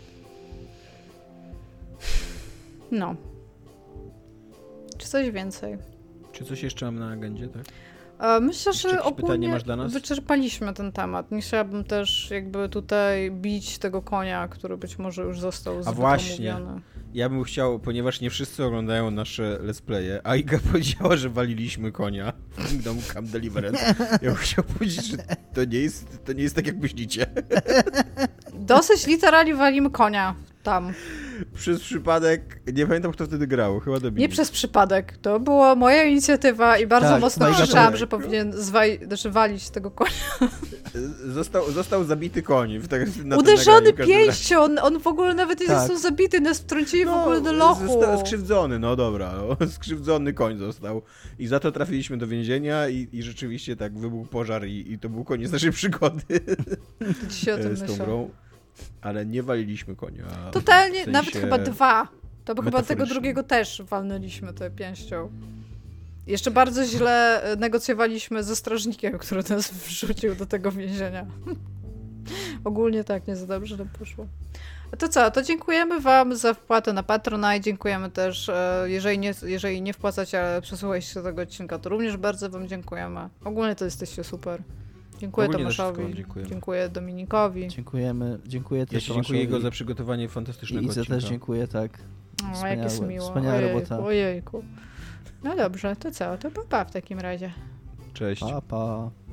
No. Czy coś więcej? Czy coś jeszcze mam na agendzie, tak? Myślę, Jeszcze że jakieś pytanie ogólnie masz dla nas? wyczerpaliśmy ten temat. Nie chciałabym też jakby tutaj bić tego konia, który być może już został zbyt właśnie. omówiony. Ja bym chciał, ponieważ nie wszyscy oglądają nasze let's playe, a Iga powiedziała, że waliliśmy konia w Kingdom Come Deliverance. Ja bym chciał powiedzieć, że to nie jest, to nie jest tak, jak myślicie. Dosyć literalnie walimy konia tam. Przez przypadek, nie pamiętam, kto wtedy grał, chyba Dominik. Nie przez przypadek. To była moja inicjatywa i bardzo Tak, mocno Iga krzyczałam, tak. że powinien zwaj- znaczy walić tego konia. Został, został zabity koń. W tak, na tym Uderzony nagraniu w każdym razie. pięścią, on, on w ogóle nawet nie Tak. został zabity, nas wtrącili w No, ogóle do lochu. Został skrzywdzony, no dobra, no, skrzywdzony koń został. I za to trafiliśmy do więzienia i, i rzeczywiście tak wybuchł pożar i, i to był koniec naszej przygody Dzisiaj o tym z tą myślę. grą. Ale nie waliliśmy konia. Totalnie, w sensie nawet chyba dwa. To by chyba tego metaforycznie. drugiego też walnęliśmy tę pięścią. Jeszcze bardzo źle e, negocjowaliśmy ze strażnikiem, który nas wrzucił do tego więzienia. Ogólnie tak, nie za dobrze nam poszło. A to co, to dziękujemy wam za wpłatę na Patronite, dziękujemy też, e, jeżeli nie, jeżeli nie wpłacacie, ale przesłuchaliście tego odcinka, to również bardzo wam dziękujemy. Ogólnie to jesteście super. Dziękuję Ogólnie za wszystko Tomaszowi, wam dziękujemy. dziękuję Dominikowi. Dziękujemy, dziękuję też Ja się dziękuję Tomaszowi. jego za przygotowanie fantastycznego I za odcinka. też dziękuję, tak. O, Wspaniałe- jak jest miło. wspaniała Ojejku, robota. Ojejku. No dobrze, to co? To pa, pa w takim razie. Cześć. Pa, pa.